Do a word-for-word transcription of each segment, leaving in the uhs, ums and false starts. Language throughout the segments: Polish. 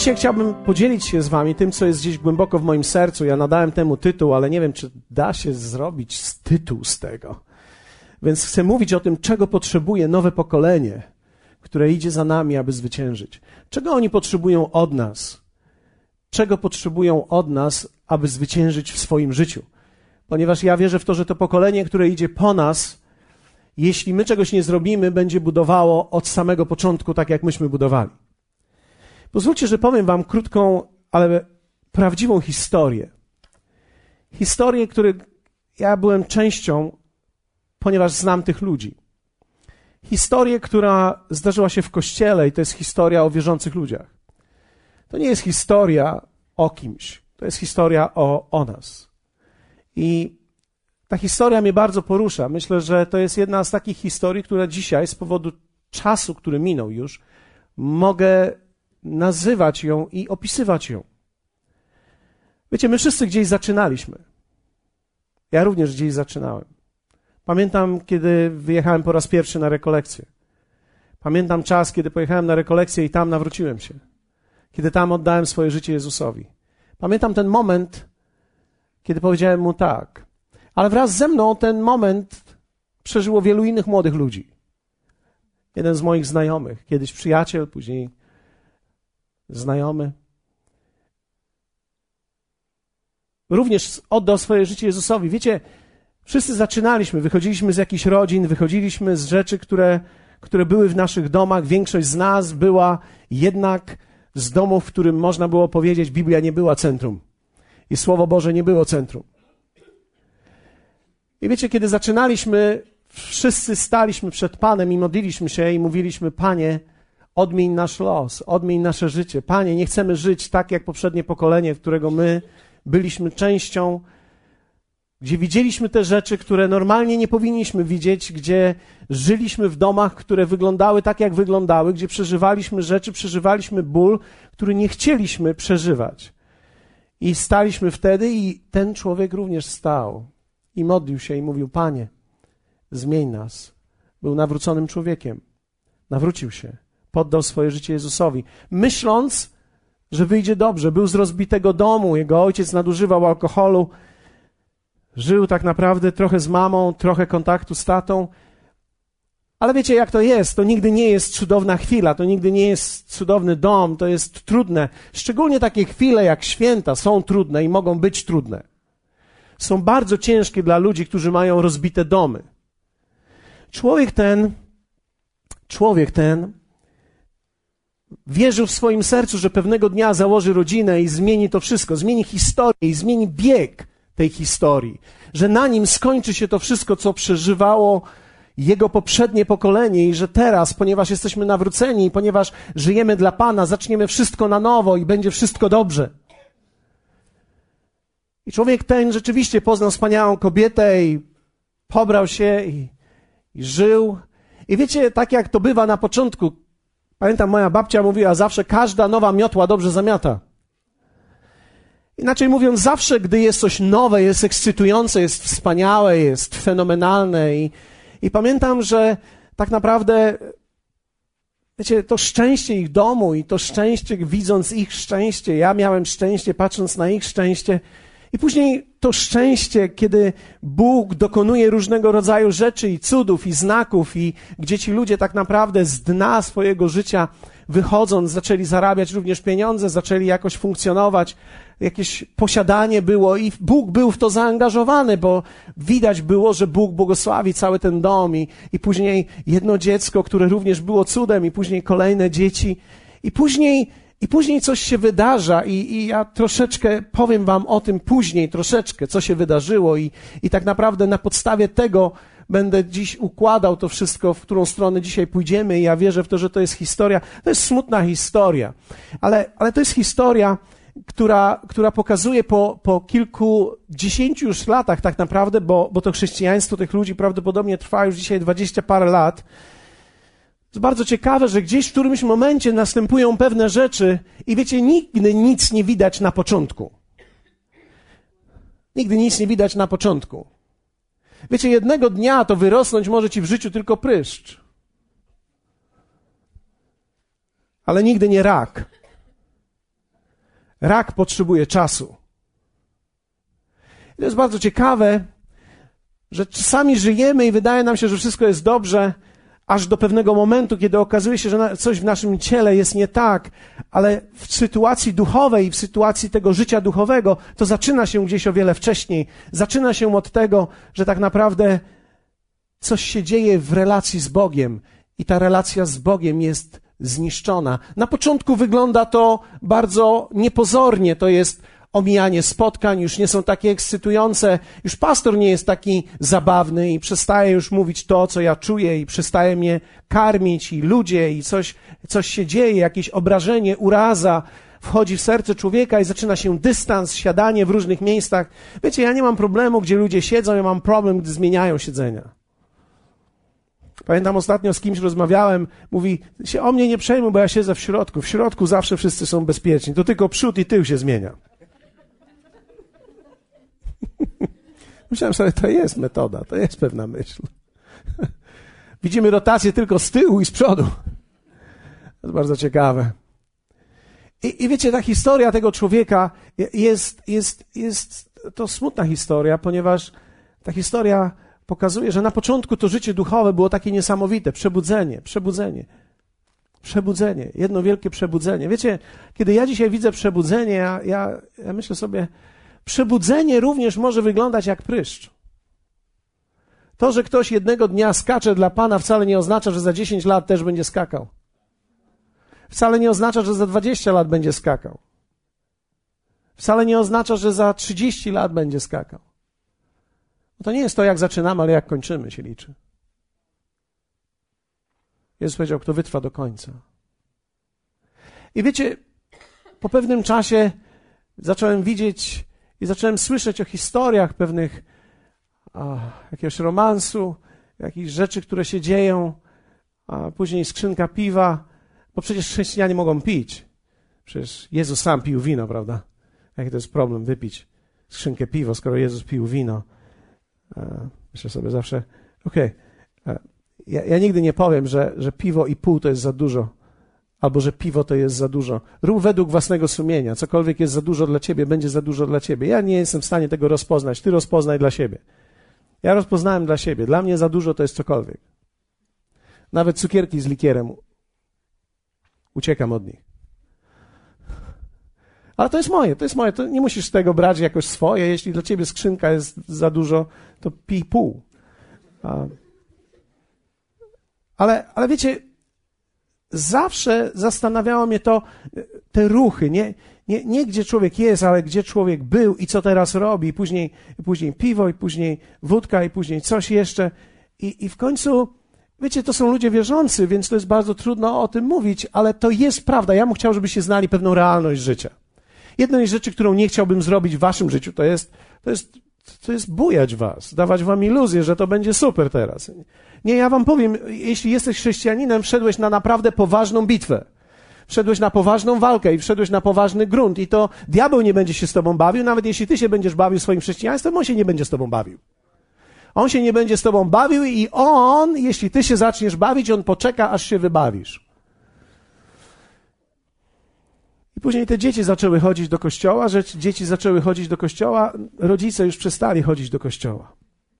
dzisiaj chciałbym podzielić się z wami tym, co jest gdzieś głęboko w moim sercu. Ja nadałem temu tytuł, ale nie wiem, czy da się zrobić z tytuł z tego. Więc chcę mówić o tym, czego potrzebuje nowe pokolenie, które idzie za nami, aby zwyciężyć. Czego oni potrzebują od nas? Czego potrzebują od nas, aby zwyciężyć w swoim życiu? Ponieważ ja wierzę w to, że to pokolenie, które idzie po nas, jeśli my czegoś nie zrobimy, będzie budowało od samego początku, tak jak myśmy budowali. Pozwólcie, że powiem wam krótką, ale prawdziwą historię. Historię, której ja byłem częścią, ponieważ znam tych ludzi. Historię, która zdarzyła się w Kościele i to jest historia o wierzących ludziach. To nie jest historia o kimś, to jest historia o, o nas. I ta historia mnie bardzo porusza. Myślę, że to jest jedna z takich historii, która dzisiaj z powodu czasu, który minął już, mogę nazywać ją i opisywać ją. Wiecie, my wszyscy gdzieś zaczynaliśmy. Ja również gdzieś zaczynałem. Pamiętam, kiedy wyjechałem po raz pierwszy na rekolekcję. Pamiętam czas, kiedy pojechałem na rekolekcję i tam nawróciłem się. Kiedy tam oddałem swoje życie Jezusowi. Pamiętam ten moment, kiedy powiedziałem mu tak. Ale wraz ze mną ten moment przeżyło wielu innych młodych ludzi. Jeden z moich znajomych, kiedyś przyjaciel, później znajomy. Również oddał swoje życie Jezusowi. Wiecie, wszyscy zaczynaliśmy, wychodziliśmy z jakichś rodzin, wychodziliśmy z rzeczy, które, które były w naszych domach. Większość z nas była jednak z domu, w którym można było powiedzieć, Biblia nie była centrum i Słowo Boże nie było centrum. I wiecie, kiedy zaczynaliśmy, wszyscy staliśmy przed Panem i modliliśmy się i mówiliśmy, Panie, odmień nasz los, odmień nasze życie. Panie, nie chcemy żyć tak jak poprzednie pokolenie, którego my byliśmy częścią, gdzie widzieliśmy te rzeczy, które normalnie nie powinniśmy widzieć, gdzie żyliśmy w domach, które wyglądały tak, jak wyglądały, gdzie przeżywaliśmy rzeczy, przeżywaliśmy ból, który nie chcieliśmy przeżywać. I staliśmy wtedy i ten człowiek również stał i modlił się i mówił, Panie, zmień nas. Był nawróconym człowiekiem. Nawrócił się. Poddał swoje życie Jezusowi. Myśląc, że wyjdzie dobrze. Był z rozbitego domu. Jego ojciec nadużywał alkoholu. Żył tak naprawdę trochę z mamą, trochę kontaktu z tatą. Ale wiecie, jak to jest? To nigdy nie jest cudowna chwila. To nigdy nie jest cudowny dom. To jest trudne. Szczególnie takie chwile jak święta są trudne i mogą być trudne. Są bardzo ciężkie dla ludzi, którzy mają rozbite domy. Człowiek ten, człowiek ten wierzył w swoim sercu, że pewnego dnia założy rodzinę i zmieni to wszystko, zmieni historię i zmieni bieg tej historii, że na nim skończy się to wszystko, co przeżywało jego poprzednie pokolenie i że teraz, ponieważ jesteśmy nawróceni, ponieważ żyjemy dla Pana, zaczniemy wszystko na nowo i będzie wszystko dobrze. I człowiek ten rzeczywiście poznał wspaniałą kobietę i pobrał się i, i żył. I wiecie, tak jak to bywa na początku, pamiętam, moja babcia mówiła zawsze, każda nowa miotła dobrze zamiata. Inaczej mówiąc, zawsze, gdy jest coś nowe, jest ekscytujące, jest wspaniałe, jest fenomenalne. I, i pamiętam, że tak naprawdę, wiecie, to szczęście ich domu i to szczęście, widząc ich szczęście, ja miałem szczęście, patrząc na ich szczęście. I później to szczęście, kiedy Bóg dokonuje różnego rodzaju rzeczy i cudów i znaków i gdzie ci ludzie tak naprawdę z dna swojego życia wychodząc zaczęli zarabiać również pieniądze, zaczęli jakoś funkcjonować, jakieś posiadanie było i Bóg był w to zaangażowany, bo widać było, że Bóg błogosławi cały ten dom i, i później jedno dziecko, które również było cudem i później kolejne dzieci i później I później coś się wydarza i, i ja troszeczkę powiem wam o tym później, troszeczkę, co się wydarzyło i, i tak naprawdę na podstawie tego będę dziś układał to wszystko, w którą stronę dzisiaj pójdziemy i ja wierzę w to, że to jest historia, to jest smutna historia, ale, ale to jest historia, która, która pokazuje po, po kilkudziesięciu już latach tak naprawdę, bo, bo to chrześcijaństwo tych ludzi prawdopodobnie trwa już dzisiaj dwadzieścia parę lat. To bardzo ciekawe, że gdzieś w którymś momencie następują pewne rzeczy i wiecie, nigdy nic nie widać na początku. Nigdy nic nie widać na początku. Wiecie, jednego dnia to wyrosnąć może ci w życiu tylko pryszcz. Ale nigdy nie rak. Rak potrzebuje czasu. I to jest bardzo ciekawe, że czasami żyjemy i wydaje nam się, że wszystko jest dobrze, aż do pewnego momentu, kiedy okazuje się, że coś w naszym ciele jest nie tak, ale w sytuacji duchowej, w sytuacji tego życia duchowego, to zaczyna się gdzieś o wiele wcześniej. Zaczyna się od tego, że tak naprawdę coś się dzieje w relacji z Bogiem i ta relacja z Bogiem jest zniszczona. Na początku wygląda to bardzo niepozornie, to jest omijanie spotkań, już nie są takie ekscytujące, już pastor nie jest taki zabawny i przestaje już mówić to, co ja czuję i przestaje mnie karmić i ludzie i coś, coś się dzieje, jakieś obrażenie, uraza wchodzi w serce człowieka i zaczyna się dystans, siadanie w różnych miejscach. Wiecie, ja nie mam problemu, gdzie ludzie siedzą, ja mam problem, gdy zmieniają siedzenia. Pamiętam ostatnio z kimś rozmawiałem, mówi, się o mnie nie przejmuj, bo ja siedzę w środku. W środku zawsze wszyscy są bezpieczni, to tylko przód i tył się zmienia. Myślałem sobie, to jest metoda, to jest pewna myśl. Widzimy rotację tylko z tyłu i z przodu. To jest bardzo ciekawe. I, i wiecie, ta historia tego człowieka jest, jest, jest to smutna historia, ponieważ ta historia pokazuje, że na początku to życie duchowe było takie niesamowite. Przebudzenie, przebudzenie, przebudzenie. Jedno wielkie przebudzenie. Wiecie, kiedy ja dzisiaj widzę przebudzenie, ja, ja, ja myślę sobie, przebudzenie również może wyglądać jak pryszcz. To, że ktoś jednego dnia skacze dla Pana, wcale nie oznacza, że za dziesięć lat też będzie skakał. Wcale nie oznacza, że za dwadzieścia lat będzie skakał. Wcale nie oznacza, że za trzydzieści lat będzie skakał. No to nie jest to, jak zaczynamy, ale jak kończymy, się liczy. Jezus powiedział, kto wytrwa do końca. I wiecie, po pewnym czasie zacząłem widzieć i zacząłem słyszeć o historiach pewnych a, jakiegoś romansu, jakichś rzeczy, które się dzieją, a później skrzynka piwa, bo przecież chrześcijanie mogą pić. Przecież Jezus sam pił wino, prawda? Jaki to jest problem wypić skrzynkę piwa, skoro Jezus pił wino? Myślę sobie zawsze, okej, okay, ja, ja nigdy nie powiem, że, że piwo i pół to jest za dużo, albo że piwo to jest za dużo. Rób według własnego sumienia. Cokolwiek jest za dużo dla ciebie, będzie za dużo dla ciebie. Ja nie jestem w stanie tego rozpoznać. Ty rozpoznaj dla siebie. Ja rozpoznałem dla siebie. Dla mnie za dużo to jest cokolwiek. Nawet cukierki z likierem. Uciekam od nich. Ale to jest moje, to jest moje. To nie musisz z tego brać jakoś swoje. Jeśli dla ciebie skrzynka jest za dużo, to pij pół. Ale, ale wiecie, zawsze zastanawiało mnie to, te ruchy, nie, nie, nie gdzie człowiek jest, ale gdzie człowiek był i co teraz robi. I później, i później piwo, i później wódka, i później coś jeszcze. I, I w końcu, wiecie, to są ludzie wierzący, więc to jest bardzo trudno o tym mówić, ale to jest prawda. Ja bym chciał, żebyście znali pewną realność życia. Jedna z rzeczy, którą nie chciałbym zrobić w waszym życiu, to jest, to jest, to jest bujać was, dawać wam iluzję, że to będzie super teraz. Nie, ja wam powiem, jeśli jesteś chrześcijaninem, wszedłeś na naprawdę poważną bitwę. Wszedłeś na poważną walkę i wszedłeś na poważny grunt i to diabeł nie będzie się z tobą bawił, nawet jeśli ty się będziesz bawił swoim chrześcijaństwem, on się nie będzie z tobą bawił. On się nie będzie z tobą bawił i on, jeśli ty się zaczniesz bawić, on poczeka, aż się wybawisz. I później te dzieci zaczęły chodzić do kościoła, że dzieci zaczęły chodzić do kościoła, rodzice już przestali chodzić do kościoła.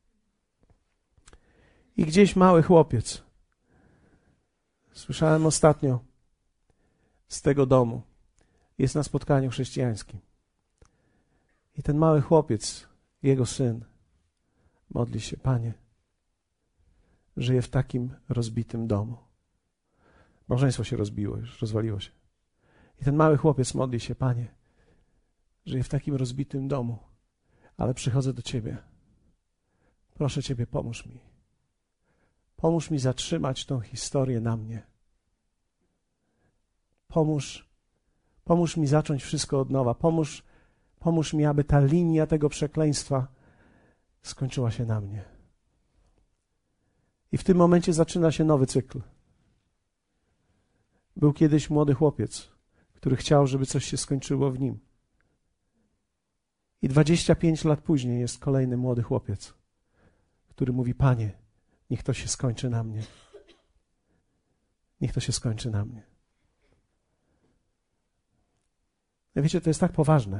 I gdzieś mały chłopiec, słyszałem ostatnio z tego domu, jest na spotkaniu chrześcijańskim. I ten mały chłopiec, jego syn, modli się, Panie, żyje w takim rozbitym domu. Małżeństwo się rozbiło, już rozwaliło się. I ten mały chłopiec modli się, Panie, żyję w takim rozbitym domu, ale przychodzę do Ciebie. Proszę Ciebie, pomóż mi. Pomóż mi zatrzymać tą historię na mnie. Pomóż, pomóż mi zacząć wszystko od nowa. Pomóż, pomóż mi, aby ta linia tego przekleństwa skończyła się na mnie. I w tym momencie zaczyna się nowy cykl. Był kiedyś młody chłopiec, który chciał, żeby coś się skończyło w nim. I dwadzieścia pięć lat później jest kolejny młody chłopiec, który mówi, Panie, niech to się skończy na mnie. Niech to się skończy na mnie. Wiecie, to jest tak poważne.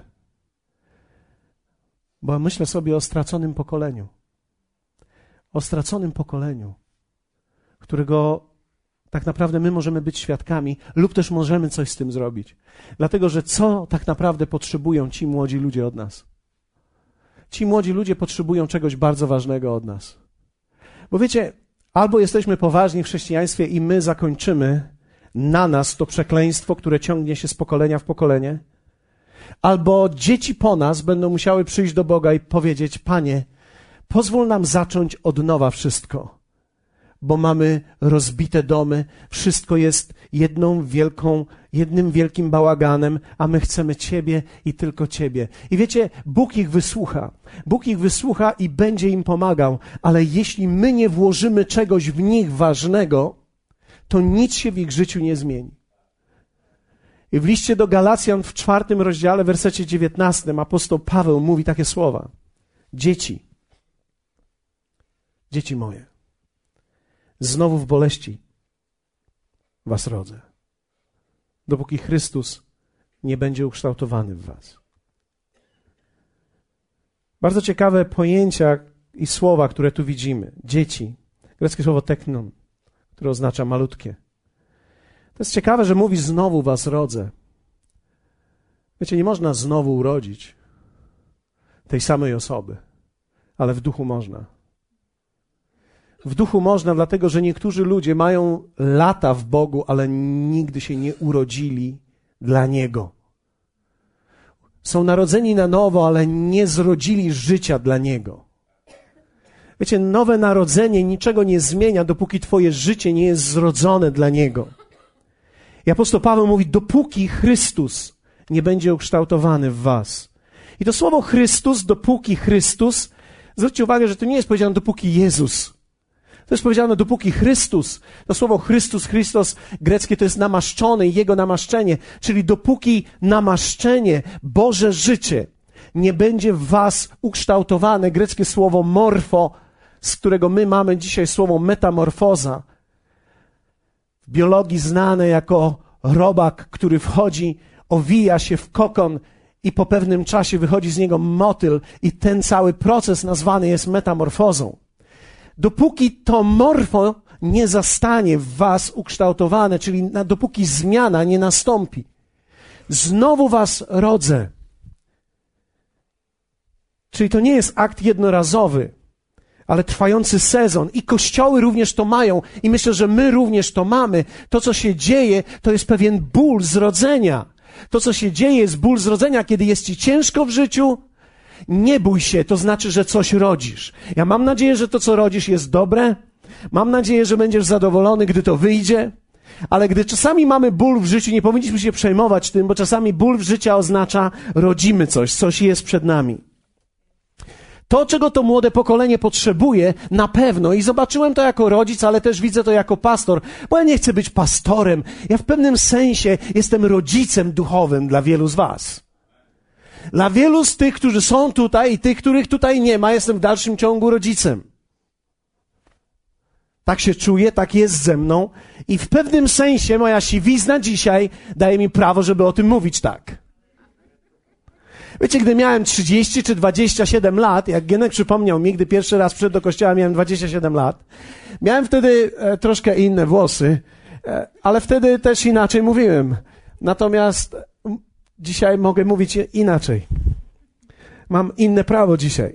Bo myślę sobie o straconym pokoleniu. O straconym pokoleniu, którego tak naprawdę my możemy być świadkami lub też możemy coś z tym zrobić. Dlatego, że co tak naprawdę potrzebują ci młodzi ludzie od nas? Ci młodzi ludzie potrzebują czegoś bardzo ważnego od nas. Bo wiecie, albo jesteśmy poważni w chrześcijaństwie i my zakończymy na nas to przekleństwo, które ciągnie się z pokolenia w pokolenie, albo dzieci po nas będą musiały przyjść do Boga i powiedzieć: Panie, pozwól nam zacząć od nowa wszystko, bo mamy rozbite domy, wszystko jest jedną wielką, jednym wielkim bałaganem, a my chcemy Ciebie i tylko Ciebie. I wiecie, Bóg ich wysłucha. Bóg ich wysłucha i będzie im pomagał, ale jeśli my nie włożymy czegoś w nich ważnego, to nic się w ich życiu nie zmieni. I w liście do Galacjan w czwartym rozdziale, w wersecie dziewiętnastym, apostoł Paweł mówi takie słowa: Dzieci, dzieci moje, znowu w boleści was rodzę, dopóki Chrystus nie będzie ukształtowany w was. Bardzo ciekawe pojęcia i słowa, które tu widzimy. Dzieci, greckie słowo teknon, które oznacza malutkie. To jest ciekawe, że mówi: znowu was rodzę. Wiecie, nie można znowu urodzić tej samej osoby, ale w duchu można. W duchu można, dlatego że niektórzy ludzie mają lata w Bogu, ale nigdy się nie urodzili dla Niego. Są narodzeni na nowo, ale nie zrodzili życia dla Niego. Wiecie, nowe narodzenie niczego nie zmienia, dopóki twoje życie nie jest zrodzone dla Niego. I apostoł Paweł mówi: dopóki Chrystus nie będzie ukształtowany w was. I to słowo Chrystus, dopóki Chrystus, zwróćcie uwagę, że to nie jest powiedziane dopóki Jezus. To jest powiedziane dopóki Chrystus. To słowo Chrystus, Christos greckie to jest namaszczony i Jego namaszczenie. Czyli dopóki namaszczenie, Boże życie nie będzie w was ukształtowane. Greckie słowo morfo, z którego my mamy dzisiaj słowo metamorfoza. W biologii znane jako robak, który wchodzi, owija się w kokon i po pewnym czasie wychodzi z niego motyl i ten cały proces nazwany jest metamorfozą. Dopóki to morfo nie zostanie w was ukształtowane, czyli na, dopóki zmiana nie nastąpi, znowu was rodzę. Czyli to nie jest akt jednorazowy, ale trwający sezon. I kościoły również to mają. I myślę, że my również to mamy. To, co się dzieje, to jest pewien ból zrodzenia. To, co się dzieje, jest ból zrodzenia, kiedy jest ci ciężko w życiu. Nie bój się, to znaczy, że coś rodzisz. Ja mam nadzieję, że to, co rodzisz, jest dobre. Mam nadzieję, że będziesz zadowolony, gdy to wyjdzie. Ale gdy czasami mamy ból w życiu, nie powinniśmy się przejmować tym, bo czasami ból w życiu oznacza, rodzimy coś, coś jest przed nami. To, czego to młode pokolenie potrzebuje, na pewno, i zobaczyłem to jako rodzic, ale też widzę to jako pastor, bo ja nie chcę być pastorem. Ja w pewnym sensie jestem rodzicem duchowym dla wielu z was. Dla wielu z tych, którzy są tutaj i tych, których tutaj nie ma, jestem w dalszym ciągu rodzicem. Tak się czuję, tak jest ze mną i w pewnym sensie moja siwizna dzisiaj daje mi prawo, żeby o tym mówić tak. Wiecie, gdy miałem trzydzieści czy dwadzieścia siedem lat, jak Gienek przypomniał mi, gdy pierwszy raz przyszedł do kościoła, miałem dwadzieścia siedem lat, miałem wtedy e, troszkę inne włosy, e, ale wtedy też inaczej mówiłem. Natomiast m, dzisiaj mogę mówić inaczej. Mam inne prawo dzisiaj.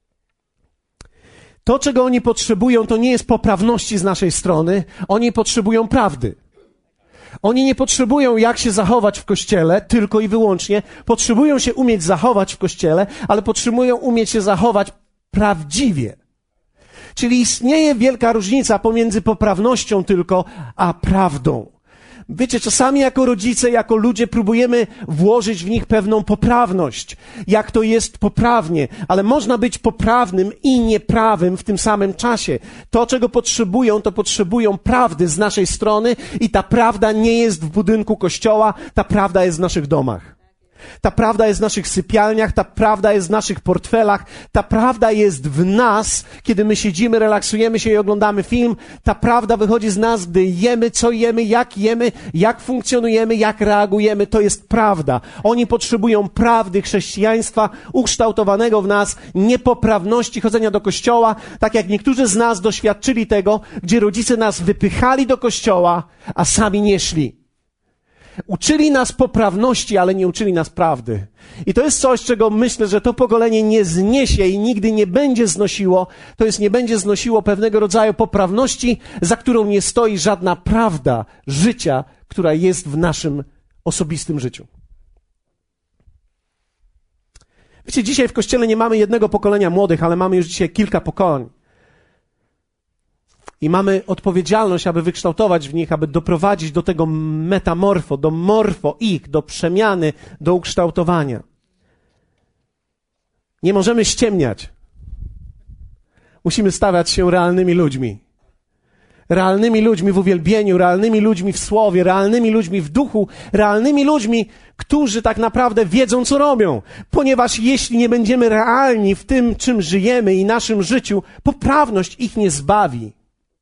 To, czego oni potrzebują, to nie jest poprawności z naszej strony, oni potrzebują prawdy. Oni nie potrzebują jak się zachować w kościele, tylko i wyłącznie. Potrzebują się umieć zachować w kościele, ale potrzebują umieć się zachować prawdziwie. Czyli istnieje wielka różnica pomiędzy poprawnością tylko, a prawdą. Wiecie, czasami jako rodzice, jako ludzie próbujemy włożyć w nich pewną poprawność. Jak to jest poprawnie, ale można być poprawnym i nieprawym w tym samym czasie. To, czego potrzebują, to potrzebują prawdy z naszej strony i ta prawda nie jest w budynku kościoła, ta prawda jest w naszych domach. Ta prawda jest w naszych sypialniach, ta prawda jest w naszych portfelach, ta prawda jest w nas, kiedy my siedzimy, relaksujemy się i oglądamy film. Ta prawda wychodzi z nas, gdy jemy, co jemy, jak jemy, jak funkcjonujemy, jak reagujemy. To jest prawda. Oni potrzebują prawdy chrześcijaństwa ukształtowanego w nas, niepoprawności chodzenia do kościoła, tak jak niektórzy z nas doświadczyli tego, gdzie rodzice nas wypychali do kościoła, a sami nie szli. Uczyli nas poprawności, ale nie uczyli nas prawdy. I to jest coś, czego myślę, że to pokolenie nie zniesie i nigdy nie będzie znosiło. To jest, nie będzie znosiło pewnego rodzaju poprawności, za którą nie stoi żadna prawda życia, która jest w naszym osobistym życiu. Wiecie, dzisiaj w Kościele nie mamy jednego pokolenia młodych, ale mamy już dzisiaj kilka pokoleń. I mamy odpowiedzialność, aby wykształtować w nich, aby doprowadzić do tego metamorfo, do morfo ich, do przemiany, do ukształtowania. Nie możemy ściemniać. Musimy stawać się realnymi ludźmi. Realnymi ludźmi w uwielbieniu, realnymi ludźmi w słowie, realnymi ludźmi w duchu, realnymi ludźmi, którzy tak naprawdę wiedzą, co robią. Ponieważ jeśli nie będziemy realni w tym, czym żyjemy i naszym życiu, poprawność ich nie zbawi.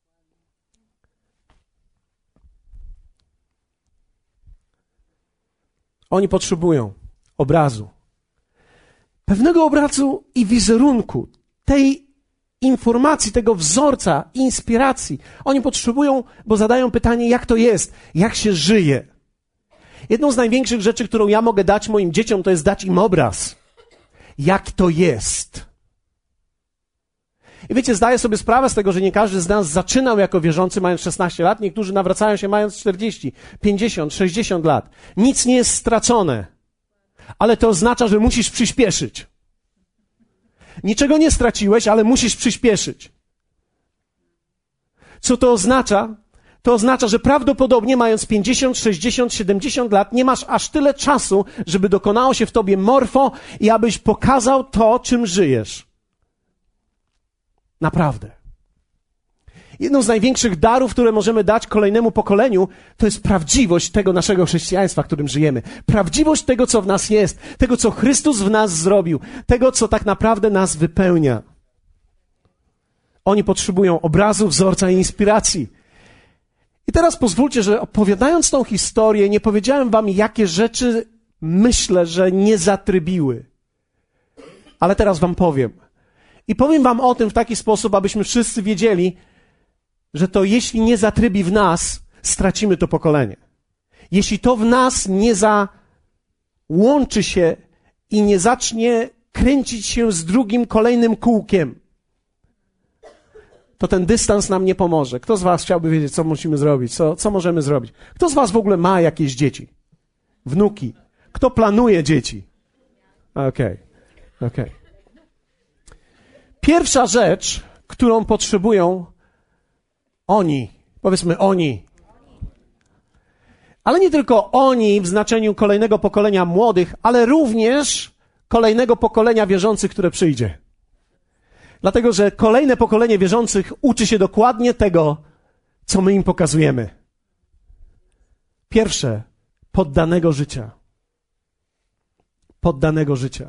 Oni potrzebują obrazu. Pewnego obrazu i wizerunku, tej informacji, tego wzorca, inspiracji. Oni potrzebują, bo zadają pytanie, jak to jest, jak się żyje. Jedną z największych rzeczy, którą ja mogę dać moim dzieciom, to jest dać im obraz. Jak to jest. I wiecie, zdaję sobie sprawę z tego, że nie każdy z nas zaczynał jako wierzący mając szesnaście lat, niektórzy nawracają się mając czterdzieści, pięćdziesiąt, sześćdziesiąt lat. Nic nie jest stracone, ale to oznacza, że musisz przyspieszyć. Niczego nie straciłeś, ale musisz przyspieszyć. Co to oznacza? To oznacza, że prawdopodobnie mając pięćdziesiąt, sześćdziesiąt, siedemdziesiąt lat nie masz aż tyle czasu, żeby dokonało się w tobie morfo i abyś pokazał to, czym żyjesz. Naprawdę. Jedną z największych darów, które możemy dać kolejnemu pokoleniu, to jest prawdziwość tego naszego chrześcijaństwa, w którym żyjemy. Prawdziwość tego, co w nas jest, tego, co Chrystus w nas zrobił, tego, co tak naprawdę nas wypełnia. Oni potrzebują obrazu, wzorca i inspiracji. I teraz pozwólcie, że opowiadając tą historię, nie powiedziałem wam, jakie rzeczy myślę, że nie zatrybiły. Ale teraz wam powiem. I powiem wam o tym w taki sposób, abyśmy wszyscy wiedzieli, że to jeśli nie zatrybi w nas, stracimy to pokolenie. Jeśli to w nas nie załączy się i nie zacznie kręcić się z drugim, kolejnym kółkiem, to ten dystans nam nie pomoże. Kto z was chciałby wiedzieć, co musimy zrobić, co, co możemy zrobić? Kto z was w ogóle ma jakieś dzieci? Wnuki? Kto planuje dzieci? Okej, okay. okej. Okay. Pierwsza rzecz, którą potrzebują oni, powiedzmy oni, ale nie tylko oni w znaczeniu kolejnego pokolenia młodych, ale również kolejnego pokolenia wierzących, które przyjdzie. Dlatego, że kolejne pokolenie wierzących uczy się dokładnie tego, co my im pokazujemy. Pierwsze, poddanego życia. Poddanego życia.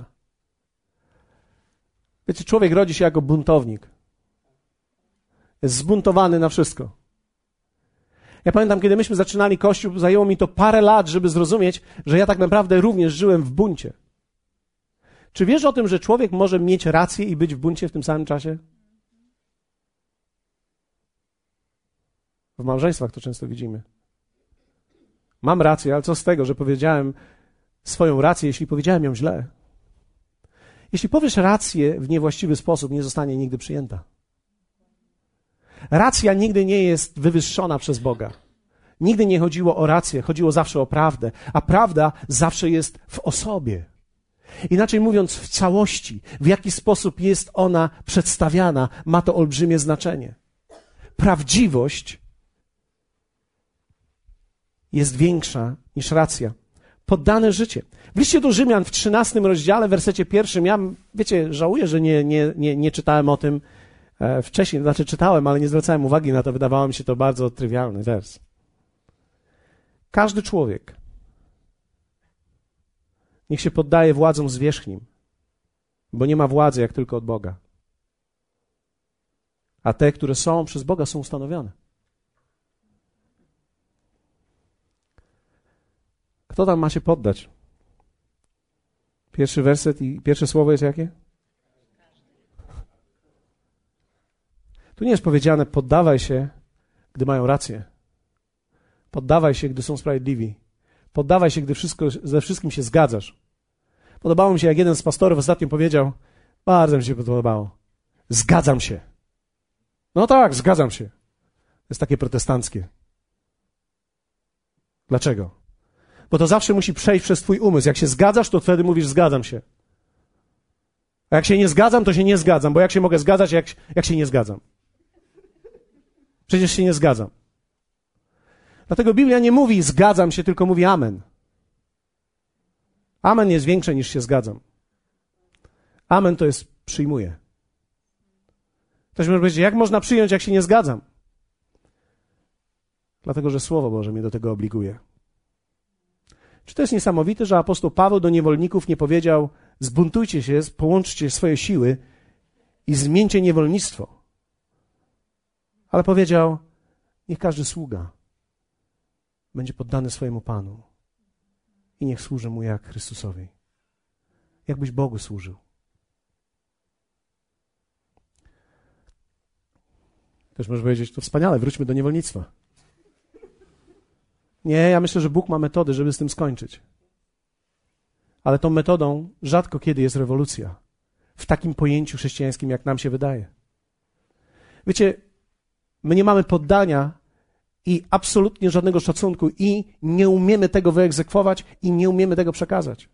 Wiecie, człowiek rodzi się jako buntownik. Jest zbuntowany na wszystko. Ja pamiętam, kiedy myśmy zaczynali Kościół, zajęło mi to parę lat, żeby zrozumieć, że ja tak naprawdę również żyłem w buncie. Czy wiesz o tym, że człowiek może mieć rację i być w buncie w tym samym czasie? W małżeństwach to często widzimy. Mam rację, ale co z tego, że powiedziałem swoją rację, jeśli powiedziałem ją źle? Jeśli powiesz rację w niewłaściwy sposób, nie zostanie nigdy przyjęta. Racja nigdy nie jest wywyższona przez Boga. Nigdy nie chodziło o rację, chodziło zawsze o prawdę, a prawda zawsze jest w osobie. Inaczej mówiąc, w całości, w jaki sposób jest ona przedstawiana, ma to olbrzymie znaczenie. Prawdziwość jest większa niż racja. Poddane życie. W liście do Rzymian w trzynastym rozdziale, w wersecie pierwszym, ja, wiecie, żałuję, że nie, nie, nie, nie czytałem o tym e, wcześniej, znaczy czytałem, ale nie zwracałem uwagi na to, wydawało mi się to bardzo trywialny wers. Każdy człowiek Niech się poddaje władzom zwierzchnim, bo nie ma władzy jak tylko od Boga. A te, które są przez Boga, są ustanowione. Kto tam ma się poddać? Pierwszy werset i pierwsze słowo jest jakie? Tu nie jest powiedziane poddawaj się, gdy mają rację. Poddawaj się, gdy są sprawiedliwi. Poddawaj się, gdy wszystko, ze wszystkim się zgadzasz. Podobało mi się, jak jeden z pastorów ostatnio powiedział, bardzo mi się podobało, zgadzam się. No tak, zgadzam się. To jest takie protestanckie. Dlaczego? Bo to zawsze musi przejść przez twój umysł. Jak się zgadzasz, to wtedy mówisz zgadzam się. A jak się nie zgadzam, to się nie zgadzam, bo jak się mogę zgadzać, jak, jak się nie zgadzam? Przecież się nie zgadzam. Dlatego Biblia nie mówi zgadzam się, tylko mówi amen. Amen jest większe niż się zgadzam. Amen to jest przyjmuję. Ktoś może powiedzieć, jak można przyjąć, jak się nie zgadzam? Dlatego, że Słowo Boże mnie do tego obliguje. Czy to jest niesamowite, że apostoł Paweł do niewolników nie powiedział zbuntujcie się, połączcie swoje siły i zmieńcie niewolnictwo. Ale powiedział, niech każdy sługa będzie poddany swojemu Panu i niech służy Mu jak Chrystusowi. Jakbyś Bogu służył. Też możesz powiedzieć, to wspaniale, wróćmy do niewolnictwa. Nie, ja myślę, że Bóg ma metody, żeby z tym skończyć. Ale tą metodą rzadko kiedy jest rewolucja. W takim pojęciu chrześcijańskim, jak nam się wydaje. Wiecie, my nie mamy poddania i absolutnie żadnego szacunku i nie umiemy tego wyegzekwować i nie umiemy tego przekazać.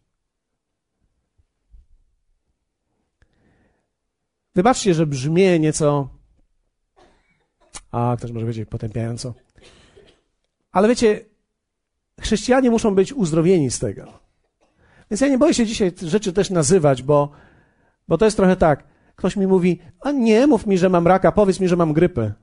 Wybaczcie, że brzmię nieco, a ktoś może powiedzieć potępiająco, ale wiecie, chrześcijanie muszą być uzdrowieni z tego. Więc ja nie boję się dzisiaj rzeczy też nazywać, bo, bo to jest trochę tak. Ktoś mi mówi, a nie mów mi, że mam raka, powiedz mi, że mam grypę.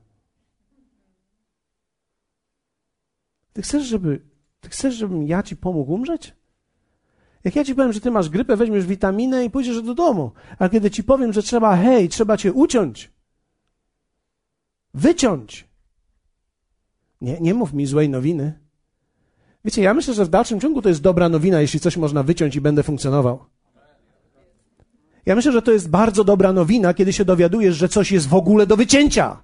Ty chcesz, żeby, ty chcesz, żebym ja ci pomógł umrzeć? Jak ja ci powiem, że ty masz grypę, weźmiesz witaminę i pójdziesz do domu. A kiedy ci powiem, że trzeba, hej, trzeba cię uciąć, wyciąć. Nie, nie mów mi złej nowiny. Wiecie, ja myślę, że w dalszym ciągu to jest dobra nowina, jeśli coś można wyciąć i będę funkcjonował. Ja myślę, że to jest bardzo dobra nowina, kiedy się dowiadujesz, że coś jest w ogóle do wycięcia.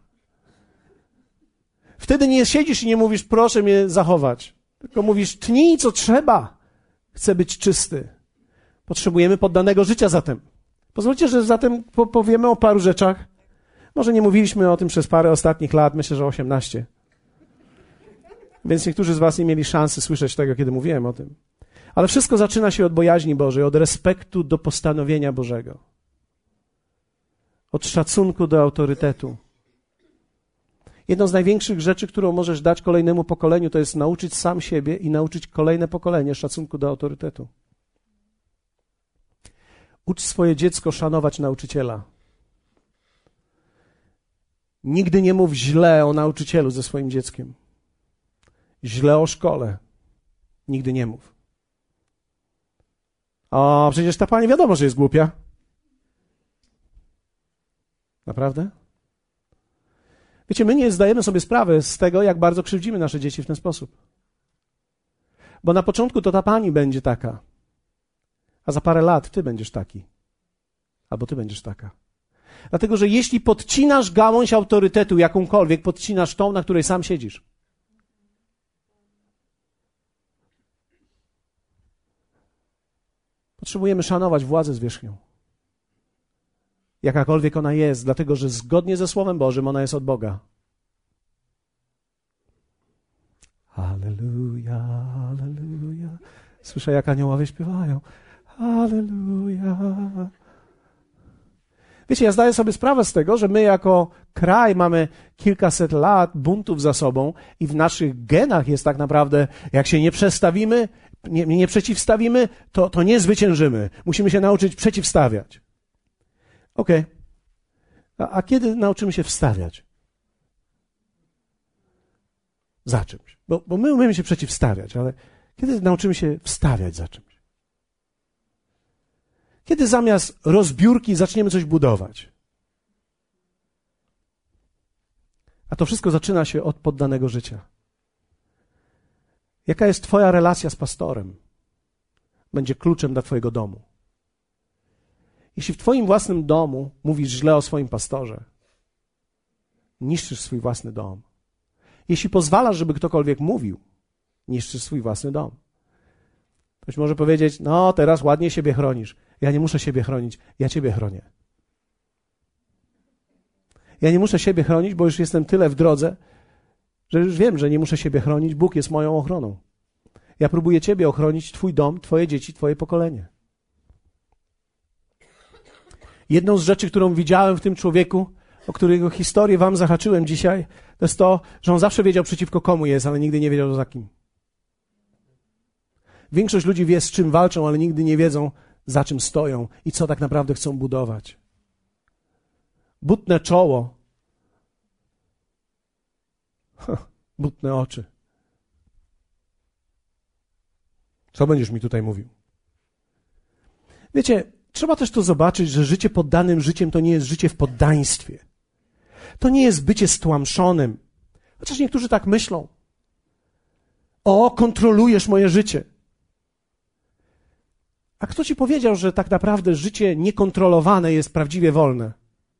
Wtedy nie siedzisz i nie mówisz, proszę mnie zachować. Tylko mówisz, tnij co trzeba. Chcę być czysty. Potrzebujemy poddanego życia zatem. Pozwólcie, że zatem powiemy o paru rzeczach. Może nie mówiliśmy o tym przez parę ostatnich lat, myślę, że osiemnaście. Więc niektórzy z was nie mieli szansy słyszeć tego, kiedy mówiłem o tym. Ale wszystko zaczyna się od bojaźni Bożej, od respektu do postanowienia Bożego. Od szacunku do autorytetu. Jedną z największych rzeczy, którą możesz dać kolejnemu pokoleniu, to jest nauczyć sam siebie i nauczyć kolejne pokolenie szacunku do autorytetu. Ucz swoje dziecko szanować nauczyciela. Nigdy nie mów źle o nauczycielu ze swoim dzieckiem. Źle o szkole. Nigdy nie mów. O, przecież ta pani wiadomo, że jest głupia. Naprawdę? Wiecie, my nie zdajemy sobie sprawy z tego, jak bardzo krzywdzimy nasze dzieci w ten sposób. Bo na początku to ta pani będzie taka, a za parę lat ty będziesz taki. Albo ty będziesz taka. Dlatego, że jeśli podcinasz gałąź autorytetu jakąkolwiek, podcinasz tą, na której sam siedzisz. Potrzebujemy szanować władzę zwierzchnią. Jakakolwiek ona jest, dlatego, że zgodnie ze Słowem Bożym ona jest od Boga. Halleluja, halleluja. Słyszę, jak aniołowie śpiewają. Halleluja. Wiecie, ja zdaję sobie sprawę z tego, że my jako kraj mamy kilkaset lat buntów za sobą i w naszych genach jest tak naprawdę, jak się nie przestawimy, nie, nie przeciwstawimy, to, to nie zwyciężymy. Musimy się nauczyć przeciwstawiać. Okej. Okay. A, a kiedy nauczymy się wstawiać? Za czymś. Bo, bo my umiemy się przeciwstawiać, ale kiedy nauczymy się wstawiać za czymś? Kiedy zamiast rozbiórki zaczniemy coś budować? A to wszystko zaczyna się od poddanego życia. Jaka jest twoja relacja z pastorem? Będzie kluczem dla twojego domu. Jeśli w twoim własnym domu mówisz źle o swoim pastorze, niszczysz swój własny dom. Jeśli pozwalasz, żeby ktokolwiek mówił, niszczysz swój własny dom. Ktoś może powiedzieć, no teraz ładnie siebie chronisz. Ja nie muszę siebie chronić, ja ciebie chronię. Ja nie muszę siebie chronić, bo już jestem tyle w drodze, że już wiem, że nie muszę siebie chronić. Bóg jest moją ochroną. Ja próbuję ciebie ochronić, twój dom, twoje dzieci, twoje pokolenie. Jedną z rzeczy, którą widziałem w tym człowieku, o którego historię wam zahaczyłem dzisiaj, to jest to, że on zawsze wiedział, przeciwko komu jest, ale nigdy nie wiedział, za kim. Większość ludzi wie, z czym walczą, ale nigdy nie wiedzą, za czym stoją i co tak naprawdę chcą budować. Butne czoło, huh, butne oczy. Co będziesz mi tutaj mówił? Wiecie, trzeba też to zobaczyć, że życie poddanym życiem to nie jest życie w poddaństwie. To nie jest bycie stłamszonym. Chociaż niektórzy tak myślą. O, kontrolujesz moje życie. A kto ci powiedział, że tak naprawdę życie niekontrolowane jest prawdziwie wolne?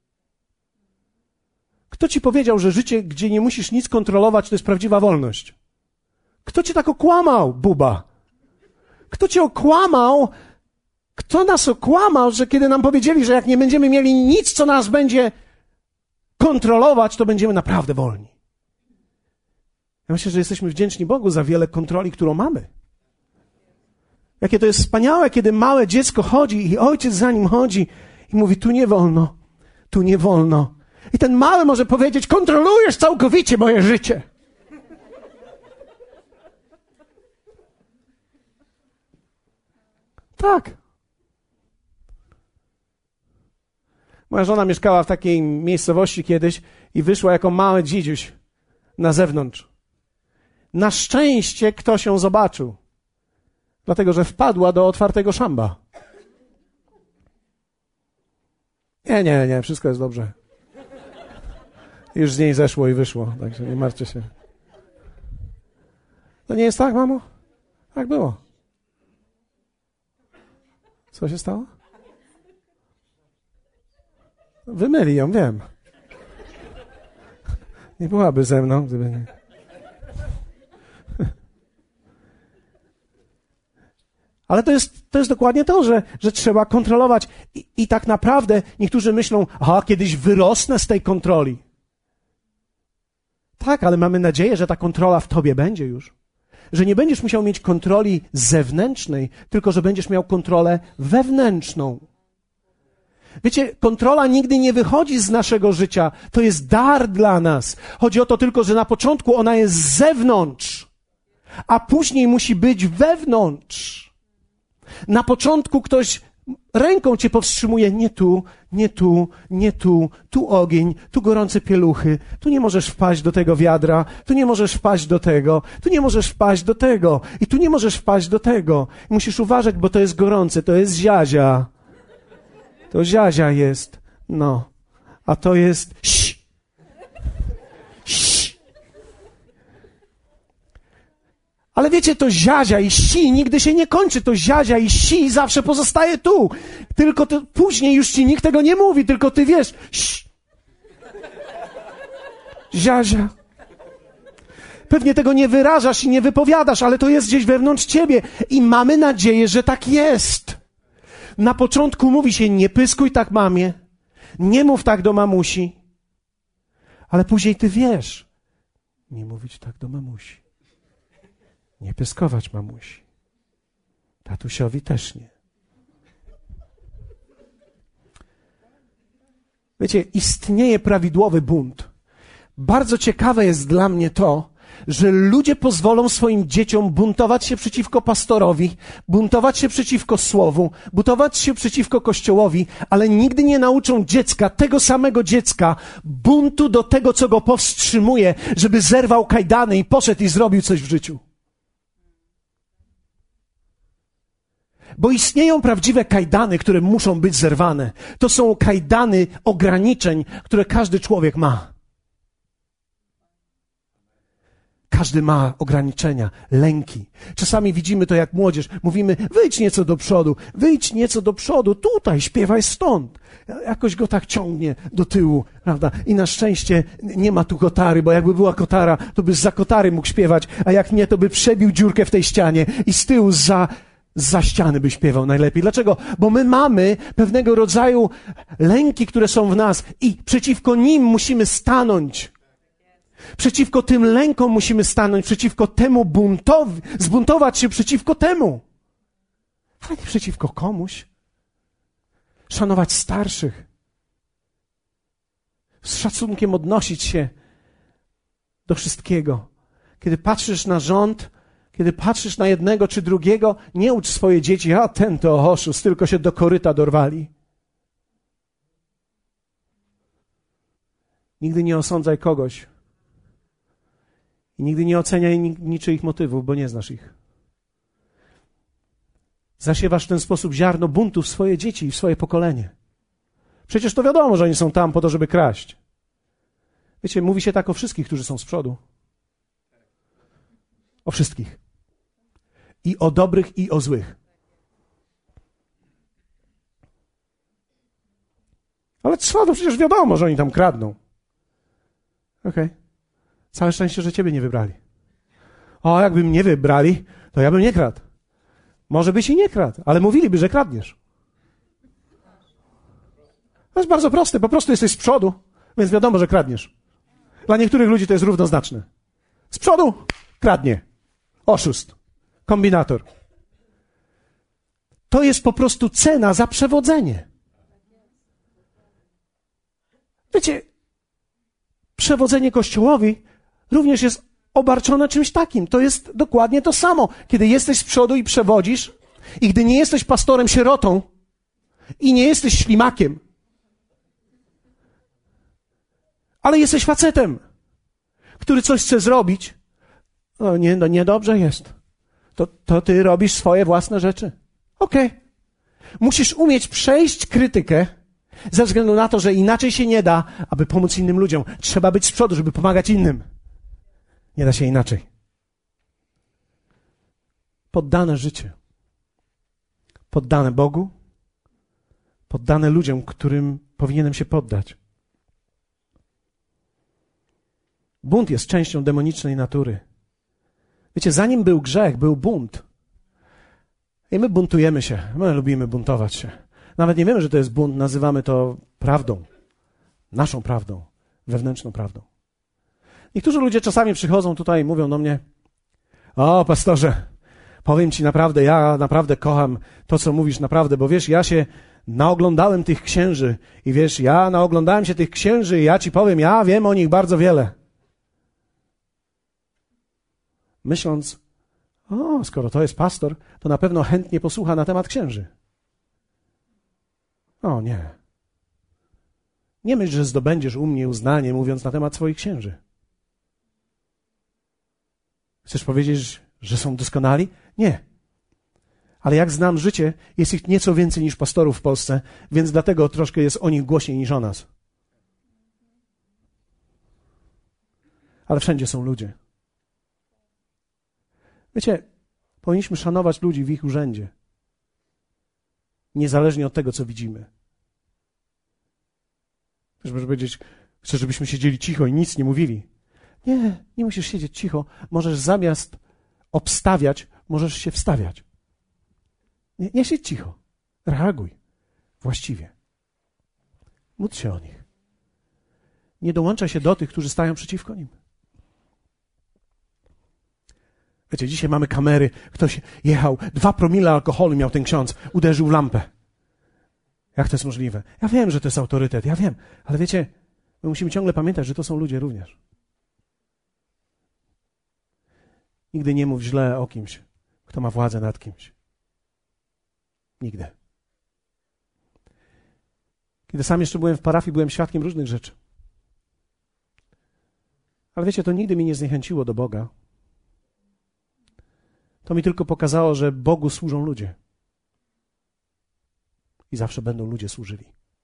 Kto ci powiedział, że życie, gdzie nie musisz nic kontrolować, to jest prawdziwa wolność? Kto cię tak okłamał, buba? Kto cię okłamał? Kto nas okłamał, że kiedy nam powiedzieli, że jak nie będziemy mieli nic, co nas będzie kontrolować, to będziemy naprawdę wolni? Ja myślę, że jesteśmy wdzięczni Bogu za wiele kontroli, którą mamy. Jakie to jest wspaniałe, kiedy małe dziecko chodzi i ojciec za nim chodzi i mówi, tu nie wolno, tu nie wolno. I ten mały może powiedzieć, kontrolujesz całkowicie moje życie. Tak. Moja żona mieszkała w takiej miejscowości kiedyś i wyszła jako mały dzidziuś na zewnątrz. Na szczęście ktoś ją zobaczył, dlatego że wpadła do otwartego szamba. Nie, nie, nie, wszystko jest dobrze. Już z niej zeszło i wyszło, także nie martwcie się. To nie jest tak, mamo? Tak było. Co się stało? Wymyli ją, wiem. Nie byłaby ze mną, gdyby nie. Ale to jest, to jest dokładnie to, że, że trzeba kontrolować. I, I tak naprawdę niektórzy myślą, aha, kiedyś wyrosnę z tej kontroli. Tak, ale mamy nadzieję, że ta kontrola w tobie będzie już. Że nie będziesz musiał mieć kontroli zewnętrznej, tylko że będziesz miał kontrolę wewnętrzną. Wiecie, kontrola nigdy nie wychodzi z naszego życia. To jest dar dla nas. Chodzi o to tylko, że na początku ona jest z zewnątrz, a później musi być wewnątrz. Na początku ktoś ręką cię powstrzymuje. Nie tu, nie tu, nie tu. Tu ogień, tu gorące pieluchy. Tu nie możesz wpaść do tego wiadra. Tu nie możesz wpaść do tego. Tu nie możesz wpaść do tego. I tu nie możesz wpaść do tego. Musisz uważać, bo to jest gorące. To jest ziazia. To ziazia jest. No. A to jest... Ś. Ś. Ale wiecie, to ziazia i si nigdy się nie kończy. To ziazia i si zawsze pozostaje tu. Tylko to, później już ci nikt tego nie mówi, tylko ty wiesz. Ś. Ziazia. Pewnie tego nie wyrażasz i nie wypowiadasz, ale to jest gdzieś wewnątrz ciebie. I mamy nadzieję, że tak jest. Na początku mówi się, nie pyskuj tak mamie, nie mów tak do mamusi. Ale później ty wiesz, nie mówić tak do mamusi. Nie pyskować mamusi. Tatusiowi też nie. Wiecie, istnieje prawidłowy bunt. Bardzo ciekawe jest dla mnie to, że ludzie pozwolą swoim dzieciom buntować się przeciwko pastorowi, buntować się przeciwko słowu, buntować się przeciwko Kościołowi, ale nigdy nie nauczą dziecka, tego samego dziecka, buntu do tego, co go powstrzymuje, żeby zerwał kajdany i poszedł i zrobił coś w życiu. Bo istnieją prawdziwe kajdany, które muszą być zerwane. To są kajdany ograniczeń, które każdy człowiek ma. Każdy ma ograniczenia, lęki. Czasami widzimy to jak młodzież. Mówimy, wyjdź nieco do przodu, wyjdź nieco do przodu, tutaj, śpiewaj stąd. Jakoś go tak ciągnie do tyłu, prawda? I na szczęście nie ma tu kotary, bo jakby była kotara, to by zza kotary mógł śpiewać, a jak nie, to by przebił dziurkę w tej ścianie i z tyłu za, za ściany by śpiewał najlepiej. Dlaczego? Bo my mamy pewnego rodzaju lęki, które są w nas i przeciwko nim musimy stanąć. Przeciwko tym lękom musimy stanąć, przeciwko temu buntowi, zbuntować się przeciwko temu. Ale nie przeciwko komuś. Szanować starszych. Z szacunkiem odnosić się do wszystkiego. Kiedy patrzysz na rząd, kiedy patrzysz na jednego czy drugiego, nie ucz swoje dzieci, a ten to oszust, tylko się do koryta dorwali. Nigdy nie osądzaj kogoś. I nigdy nie oceniaj niczyich motywów, bo nie znasz ich. Zasiewasz w ten sposób ziarno buntu w swoje dzieci i w swoje pokolenie. Przecież to wiadomo, że oni są tam po to, żeby kraść. Wiecie, mówi się tak o wszystkich, którzy są z przodu. O wszystkich. I o dobrych, i o złych. Ale co, to przecież wiadomo, że oni tam kradną. Okej. Okay. Całe szczęście, że ciebie nie wybrali. O, jakby mnie wybrali, to ja bym nie kradł. Może byś i nie kradł, ale mówiliby, że kradniesz. To jest bardzo proste, po prostu jesteś z przodu, więc wiadomo, że kradniesz. Dla niektórych ludzi to jest równoznaczne. Z przodu kradnie. Oszust. Kombinator. To jest po prostu cena za przewodzenie. Wiecie, przewodzenie Kościołowi również jest obarczone czymś takim. To jest dokładnie to samo. Kiedy jesteś z przodu i przewodzisz i gdy nie jesteś pastorem sierotą i nie jesteś ślimakiem, ale jesteś facetem, który coś chce zrobić, no nie, no niedobrze jest. To, to ty robisz swoje własne rzeczy. Okej. Okay. Musisz umieć przejść krytykę ze względu na to, że inaczej się nie da, aby pomóc innym ludziom. Trzeba być z przodu, żeby pomagać innym. Nie da się inaczej. Poddane życie. Poddane Bogu. Poddane ludziom, którym powinienem się poddać. Bunt jest częścią demonicznej natury. Wiecie, zanim był grzech, był bunt. I my buntujemy się. My lubimy buntować się. Nawet nie wiemy, że to jest bunt. Nazywamy to prawdą. Naszą prawdą. Wewnętrzną prawdą. Niektórzy ludzie czasami przychodzą tutaj i mówią do mnie: o, pastorze, powiem ci naprawdę, ja naprawdę kocham to, co mówisz naprawdę, bo wiesz, ja się naoglądałem tych księży i wiesz, ja naoglądałem się tych księży i ja ci powiem, ja wiem o nich bardzo wiele. Myśląc, o, skoro to jest pastor, to na pewno chętnie posłucha na temat księży. O nie. Nie myśl, że zdobędziesz u mnie uznanie, mówiąc na temat swoich księży. Chcesz powiedzieć, że są doskonali? Nie. Ale jak znam życie, jest ich nieco więcej niż pastorów w Polsce, więc dlatego troszkę jest o nich głośniej niż o nas. Ale wszędzie są ludzie. Wiecie, powinniśmy szanować ludzi w ich urzędzie. Niezależnie od tego, co widzimy. Wiesz, możesz powiedzieć, chcesz, żebyśmy siedzieli cicho i nic nie mówili. Nie, nie musisz siedzieć cicho. Możesz zamiast obstawiać, możesz się wstawiać. Nie, nie siedź cicho. Reaguj. Właściwie. Módl się o nich. Nie dołączaj się do tych, którzy stają przeciwko nim. Wiecie, dzisiaj mamy kamery. Ktoś jechał, dwa promile alkoholu miał ten ksiądz. Uderzył w lampę. Jak to jest możliwe? Ja wiem, że to jest autorytet. Ja wiem. Ale wiecie, my musimy ciągle pamiętać, że to są ludzie również. Nigdy nie mów źle o kimś, kto ma władzę nad kimś. Nigdy. Kiedy sam jeszcze byłem w parafii, byłem świadkiem różnych rzeczy. Ale wiecie, to nigdy mnie nie zniechęciło do Boga. To mi tylko pokazało, że Bogu służą ludzie. i zawsze będą ludzie służyli,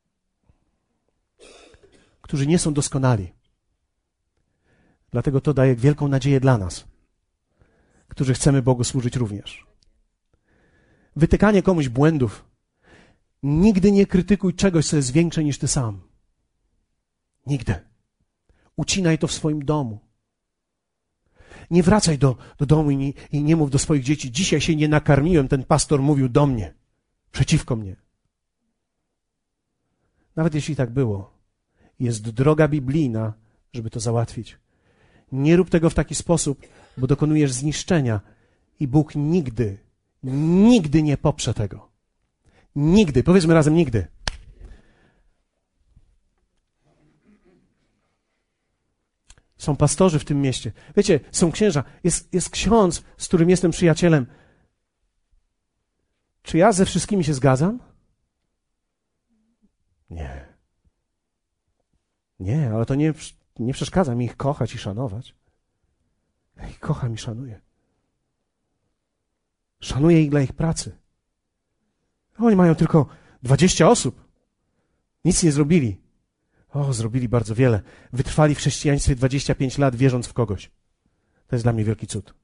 którzy nie są doskonali. Dlatego to daje wielką nadzieję dla nas, którzy chcemy Bogu służyć również. Wytykanie komuś błędów. Nigdy nie krytykuj czegoś, co jest większe niż ty sam. Nigdy. Ucinaj to w swoim domu. Nie wracaj do, do domu i nie, i nie mów do swoich dzieci: dzisiaj się nie nakarmiłem, ten pastor mówił do mnie, przeciwko mnie. Nawet jeśli tak było, jest droga biblijna, żeby to załatwić. Nie rób tego w taki sposób, bo dokonujesz zniszczenia i Bóg nigdy, nigdy nie poprze tego. Nigdy. Powiedzmy razem nigdy. Są pastorzy w tym mieście. Wiecie, są księża. Jest, jest ksiądz, z którym jestem przyjacielem. Czy ja ze wszystkimi się zgadzam? Nie. Nie, ale to nie, nie przeszkadza mi ich kochać i szanować. Ja ich kocham i szanuję. Szanuję ich dla ich pracy. Oni mają tylko dwadzieścia osób. Nic nie zrobili. O, zrobili bardzo wiele. Wytrwali w chrześcijaństwie dwadzieścia pięć lat, wierząc w kogoś. To jest dla mnie wielki cud.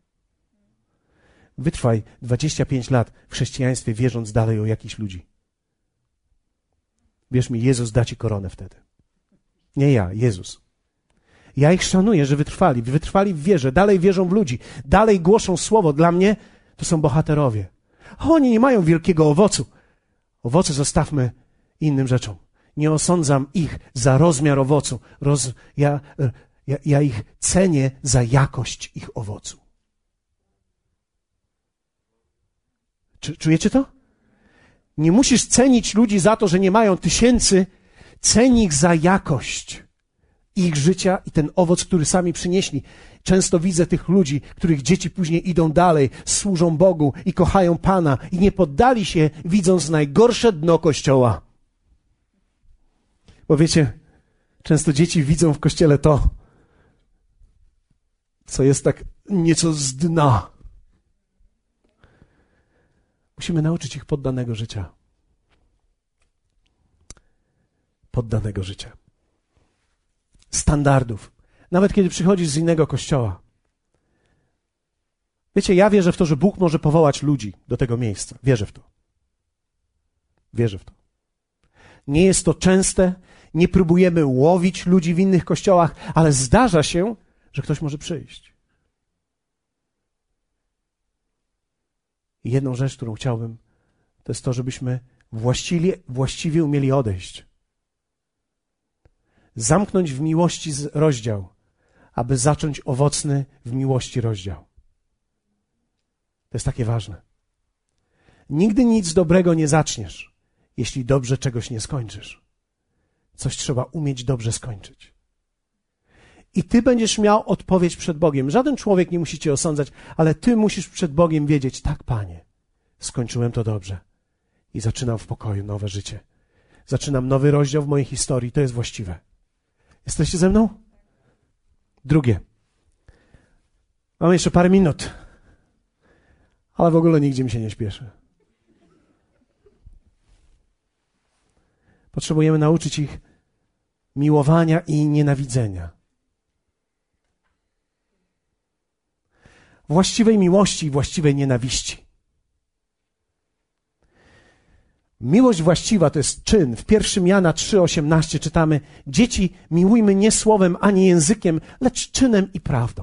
Wytrwaj dwadzieścia pięć lat w chrześcijaństwie, wierząc dalej o jakichś ludzi. Wierz mi, Jezus da ci koronę wtedy. Nie ja, Jezus. Ja ich szanuję, że wytrwali. Wytrwali w wierze, dalej wierzą w ludzi, dalej głoszą słowo. Dla mnie to są bohaterowie. A oni nie mają wielkiego owocu. Owoce zostawmy innym rzeczom. Nie osądzam ich za rozmiar owocu. Roz, ja, ja, ja ich cenię za jakość ich owocu. Czy, czujecie to? Nie musisz cenić ludzi za to, że nie mają tysięcy. Ceń ich za jakość ich życia i ten owoc, który sami przynieśli. Często widzę tych ludzi, których dzieci później idą dalej, służą Bogu i kochają Pana i nie poddali się, widząc najgorsze dno Kościoła. Bo wiecie, często dzieci widzą w Kościele to, co jest tak nieco z dna. Musimy nauczyć ich poddanego życia. Poddanego życia. Standardów. Nawet kiedy przychodzisz z innego kościoła. Wiecie, ja wierzę w to, że Bóg może powołać ludzi do tego miejsca. Wierzę w to. Wierzę w to. Nie jest to częste, nie próbujemy łowić ludzi w innych kościołach, ale zdarza się, że ktoś może przyjść. I jedną rzecz, którą chciałbym, to jest to, żebyśmy właściwie, właściwie umieli odejść. Zamknąć w miłości rozdział, aby zacząć owocny w miłości rozdział. To jest takie ważne. Nigdy nic dobrego nie zaczniesz, jeśli dobrze czegoś nie skończysz. Coś trzeba umieć dobrze skończyć. I ty będziesz miał odpowiedź przed Bogiem. Żaden człowiek nie musi cię osądzać, ale ty musisz przed Bogiem wiedzieć: tak, Panie, skończyłem to dobrze i zaczynam w pokoju nowe życie. Zaczynam nowy rozdział w mojej historii. To jest właściwe. Jesteście ze mną? Drugie. Mamy jeszcze parę minut, ale w ogóle nigdzie mi się nie śpieszy. Potrzebujemy nauczyć ich miłowania i nienawidzenia. Właściwej miłości i właściwej nienawiści. Miłość właściwa to jest czyn. W pierwszym Jana trzy osiemnaście czytamy: dzieci, miłujmy nie słowem ani językiem, lecz czynem i prawdą.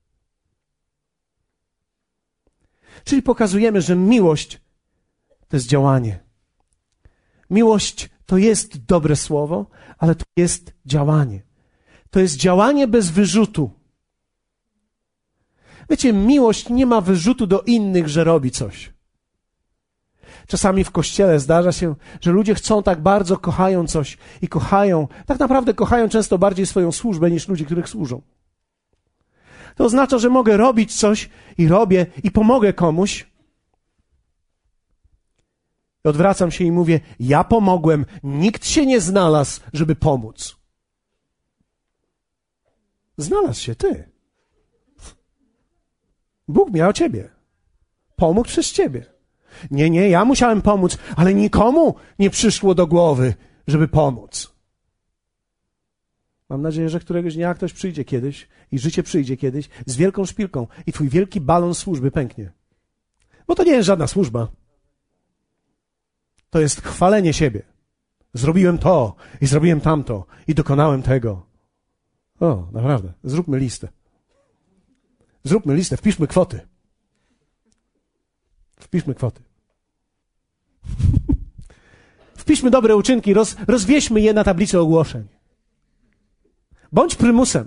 Czyli pokazujemy, że miłość to jest działanie. Miłość to jest dobre słowo, ale to jest działanie. To jest działanie bez wyrzutu. Wiecie, miłość nie ma wyrzutu do innych, że robi coś. Czasami w kościele zdarza się, że ludzie chcą tak bardzo, kochają coś i kochają, tak naprawdę kochają często bardziej swoją służbę niż ludzi, których służą. To oznacza, że mogę robić coś i robię i pomogę komuś. I odwracam się i mówię: ja pomogłem, nikt się nie znalazł, żeby pomóc. Znalazł się ty. Bóg miał ciebie. Pomógł przez ciebie. Nie, nie, ja musiałem pomóc, ale nikomu nie przyszło do głowy, żeby pomóc. Mam nadzieję, że któregoś dnia ktoś przyjdzie kiedyś i życie przyjdzie kiedyś z wielką szpilką i twój wielki balon służby pęknie. Bo to nie jest żadna służba. To jest chwalenie siebie. Zrobiłem to i zrobiłem tamto i dokonałem tego. O, naprawdę, zróbmy listę. Zróbmy listę, wpiszmy kwoty. Wpiszmy kwoty. Wpiszmy dobre uczynki, roz, rozwieźmy je na tablicy ogłoszeń. Bądź prymusem.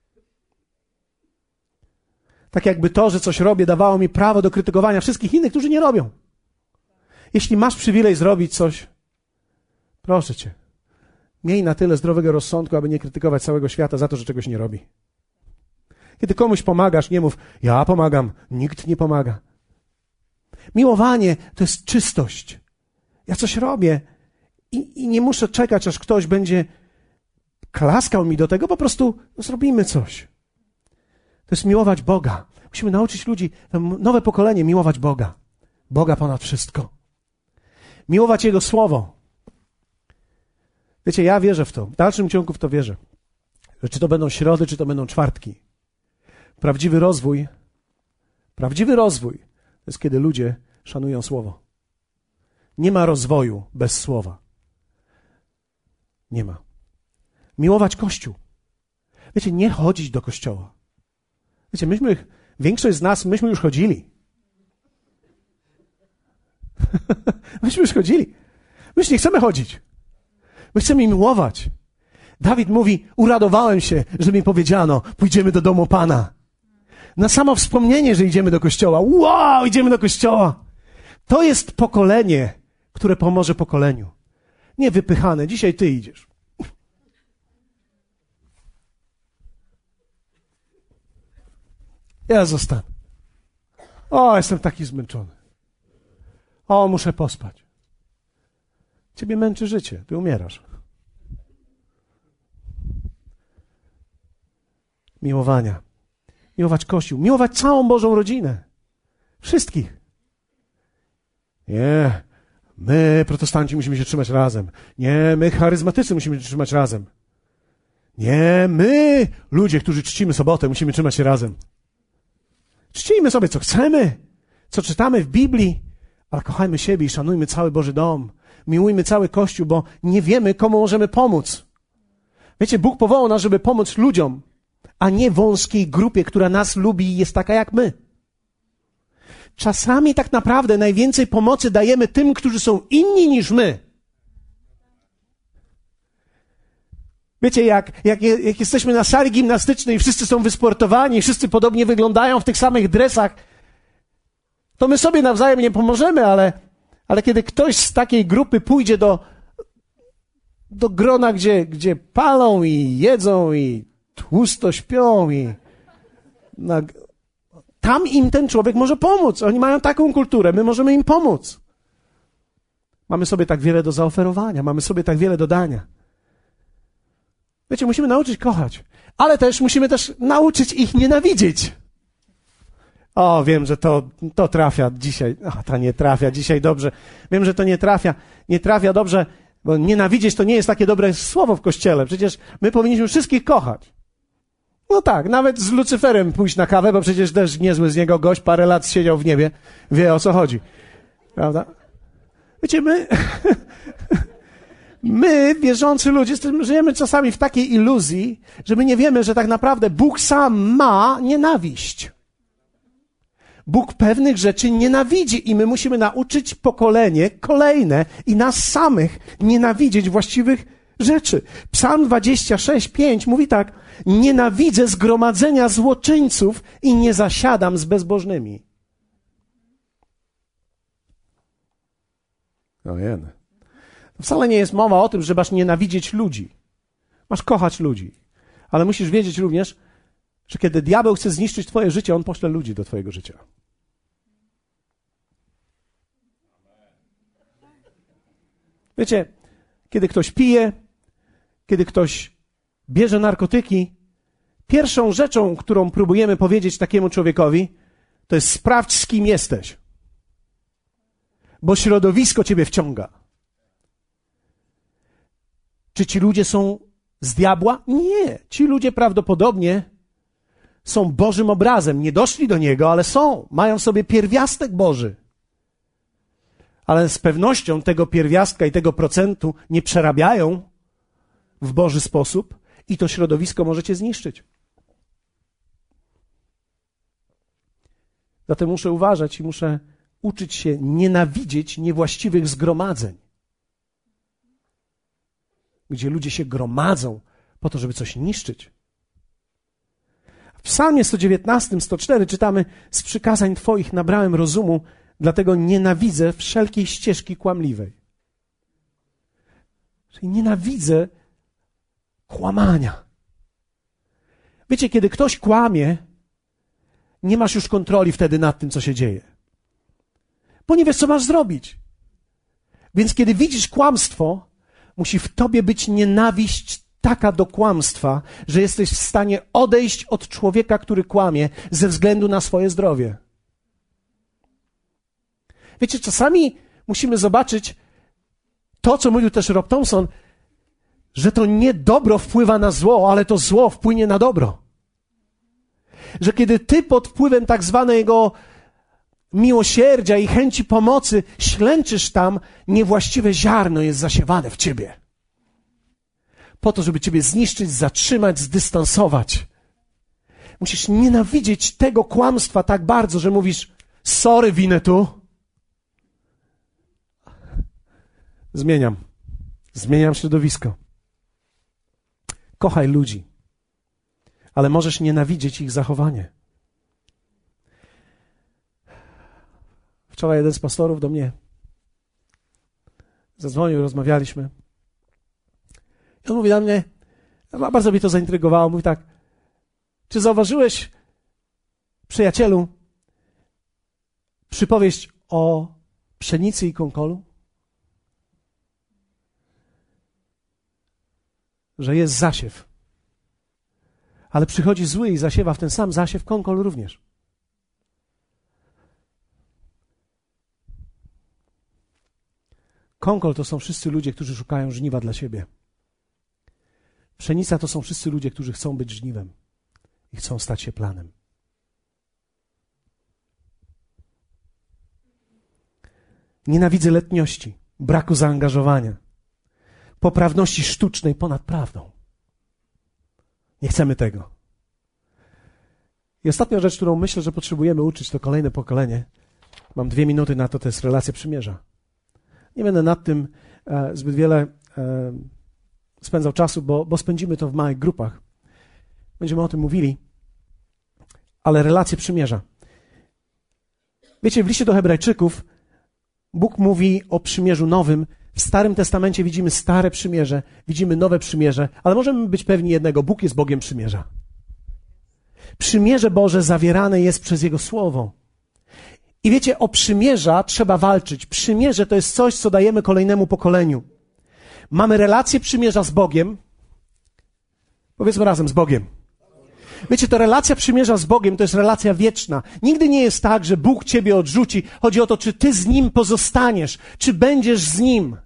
Tak jakby to, że coś robię, dawało mi prawo do krytykowania wszystkich innych, którzy nie robią. Jeśli masz przywilej zrobić coś, proszę cię, miej na tyle zdrowego rozsądku, aby nie krytykować całego świata za to, że czegoś nie robi. Kiedy komuś pomagasz, nie mów, ja pomagam, nikt nie pomaga. Miłowanie to jest czystość. Ja coś robię i, i nie muszę czekać, aż ktoś będzie klaskał mi do tego, po prostu zrobimy coś. To jest miłować Boga. Musimy nauczyć ludzi, nowe pokolenie, miłować Boga. Boga ponad wszystko. Miłować Jego Słowo. Wiecie, ja wierzę w to. W dalszym ciągu w to wierzę. Że czy to będą środy, czy to będą czwartki. Prawdziwy rozwój, prawdziwy rozwój to jest, kiedy ludzie szanują Słowo. Nie ma rozwoju bez Słowa. Nie ma. Miłować Kościół. Wiecie, nie chodzić do kościoła. Wiecie, myśmy, większość z nas, myśmy już chodzili. myśmy już chodzili. My już nie chcemy chodzić. My chcemy miłować. Dawid mówi, uradowałem się, że mi powiedziano, pójdziemy do domu Pana. Na samo wspomnienie, że idziemy do kościoła. Wow, idziemy do kościoła. To jest pokolenie, które pomoże pokoleniu. Nie wypychane, dzisiaj ty idziesz. Ja zostanę. O, jestem taki zmęczony. O, muszę pospać. Ciebie męczy życie, ty umierasz. Miłowania. Miłować Kościół. Miłować całą Bożą rodzinę. Wszystkich. Nie, my, protestanci, musimy się trzymać razem. Nie, my, charyzmatycy, musimy się trzymać razem. Nie, my, ludzie, którzy czcimy sobotę, musimy trzymać się razem. Czcijmy sobie, co chcemy, co czytamy w Biblii, ale kochajmy siebie i szanujmy cały Boży dom. Miłujmy cały Kościół, bo nie wiemy, komu możemy pomóc. Wiecie, Bóg powołał nas, żeby pomóc ludziom, a nie wąskiej grupie, która nas lubi i jest taka jak my. Czasami tak naprawdę najwięcej pomocy dajemy tym, którzy są inni niż my. Wiecie, jak, jak, jak jesteśmy na sali gimnastycznej i wszyscy są wysportowani, wszyscy podobnie wyglądają w tych samych dresach, to my sobie nawzajem nie pomożemy, ale, ale kiedy ktoś z takiej grupy pójdzie do, do grona, gdzie, gdzie palą i jedzą i tłusto śpią i na, tam im ten człowiek może pomóc. Oni mają taką kulturę, my możemy im pomóc. Mamy sobie tak wiele do zaoferowania, mamy sobie tak wiele do dania. Wiecie, musimy nauczyć kochać, ale też musimy też nauczyć ich nienawidzieć. O, wiem, że to, to trafia dzisiaj. A, to nie trafia dzisiaj dobrze. Wiem, że to nie trafia. Nie trafia dobrze, bo nienawidzieć to nie jest takie dobre słowo w Kościele. Przecież my powinniśmy wszystkich kochać. No tak, nawet z Lucyferem pójść na kawę, bo przecież też niezły z niego gość, parę lat siedział w niebie, wie o co chodzi. Prawda? Wiecie, my... My, wierzący ludzie, żyjemy czasami w takiej iluzji, że my nie wiemy, że tak naprawdę Bóg sam ma nienawiść. Bóg pewnych rzeczy nienawidzi i my musimy nauczyć pokolenie kolejne i nas samych nienawidzieć właściwych rzeczy. Psalm dwadzieścia sześć, pięć mówi tak: nienawidzę zgromadzenia złoczyńców i nie zasiadam z bezbożnymi. Ojej. Wcale nie jest mowa o tym, że masz nienawidzieć ludzi. Masz kochać ludzi. Ale musisz wiedzieć również, że kiedy diabeł chce zniszczyć twoje życie, on pośle ludzi do twojego życia. Wiecie, kiedy ktoś pije, kiedy ktoś bierze narkotyki, pierwszą rzeczą, którą próbujemy powiedzieć takiemu człowiekowi, to jest: sprawdź, z kim jesteś. bo środowisko ciebie wciąga. Czy ci ludzie są z diabła? Nie. Ci ludzie prawdopodobnie są Bożym obrazem. Nie doszli do Niego, ale są. Mają w sobie pierwiastek Boży. Ale z pewnością tego pierwiastka i tego procentu nie przerabiają w Boży sposób i to środowisko możecie zniszczyć. Zatem muszę uważać i muszę uczyć się nienawidzieć niewłaściwych zgromadzeń, gdzie ludzie się gromadzą po to, żeby coś niszczyć. W Psalmie sto dziewiętnaście, sto cztery czytamy: z przykazań Twoich nabrałem rozumu, dlatego nienawidzę wszelkiej ścieżki kłamliwej. Czyli nienawidzę kłamania. Wiecie, kiedy ktoś kłamie, nie masz już kontroli wtedy nad tym, co się dzieje. Bo nie wiesz, co masz zrobić. Więc kiedy widzisz kłamstwo, musi w tobie być nienawiść taka do kłamstwa, że jesteś w stanie odejść od człowieka, który kłamie, ze względu na swoje zdrowie. Wiecie, czasami musimy zobaczyć to, co mówił też Rob Thompson, że to nie dobro wpływa na zło, ale to zło wpłynie na dobro. Że kiedy ty pod wpływem tak zwanego miłosierdzia i chęci pomocy ślęczysz tam, niewłaściwe ziarno jest zasiewane w ciebie. Po to, żeby ciebie zniszczyć, zatrzymać, zdystansować. Musisz nienawidzieć tego kłamstwa tak bardzo, że mówisz: sorry, winę tu. Zmieniam. Zmieniam środowisko. Kochaj ludzi, ale możesz nienawidzieć ich zachowanie. Wczoraj jeden z pastorów do mnie zadzwonił, rozmawialiśmy. I on mówi do mnie, bardzo mnie to zaintrygowało, mówi tak: czy zauważyłeś, przyjacielu, przypowieść o pszenicy i konkolu? Że jest zasiew. Ale przychodzi zły i zasiewa w ten sam zasiew konkol również. Konkol to są wszyscy ludzie, którzy szukają żniwa dla siebie. Pszenica to są wszyscy ludzie, którzy chcą być żniwem i chcą stać się planem. Nienawidzę letniości, braku zaangażowania, poprawności sztucznej ponad prawdą. Nie chcemy tego. I ostatnia rzecz, którą myślę, że potrzebujemy uczyć, to kolejne pokolenie. Mam dwie minuty na to, to jest relacja przymierza. Nie będę nad tym e, zbyt wiele e, spędzał czasu, bo, bo spędzimy to w małych grupach. Będziemy o tym mówili. Ale relacje przymierza. Wiecie, w liście do Hebrajczyków Bóg mówi o przymierzu nowym. W Starym Testamencie widzimy stare przymierze, widzimy nowe przymierze, ale możemy być pewni jednego: Bóg jest Bogiem przymierza. Przymierze Boże zawierane jest przez Jego Słowo. I wiecie, o przymierza trzeba walczyć. Przymierze to jest coś, co dajemy kolejnemu pokoleniu. Mamy relację przymierza z Bogiem. Powiedzmy razem: z Bogiem. Wiecie, to relacja przymierza z Bogiem to jest relacja wieczna. Nigdy nie jest tak, że Bóg ciebie odrzuci. Chodzi o to, czy ty z Nim pozostaniesz, czy będziesz z Nim.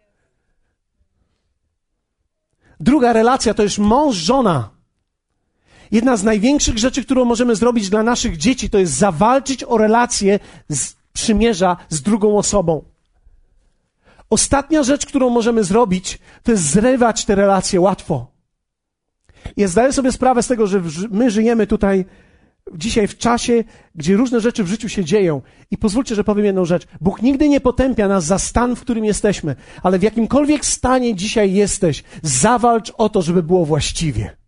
Druga relacja to jest mąż, żona. Jedna z największych rzeczy, którą możemy zrobić dla naszych dzieci, to jest zawalczyć o relację z przymierza z drugą osobą. Ostatnia rzecz, którą możemy zrobić, to jest zrywać te relacje łatwo. Ja zdaję sobie sprawę z tego, że my żyjemy tutaj dzisiaj w czasie, gdzie różne rzeczy w życiu się dzieją. I pozwólcie, że powiem jedną rzecz. Bóg nigdy nie potępia nas za stan, w którym jesteśmy, ale w jakimkolwiek stanie dzisiaj jesteś, zawalcz o to, żeby było właściwie.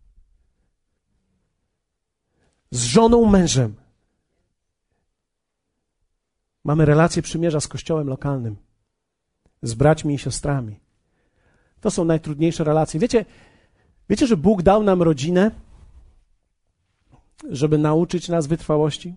Z żoną, mężem. Mamy relację przymierza z kościołem lokalnym, z braćmi i siostrami. To są najtrudniejsze relacje. Wiecie, wiecie, że Bóg dał nam rodzinę, żeby nauczyć nas wytrwałości?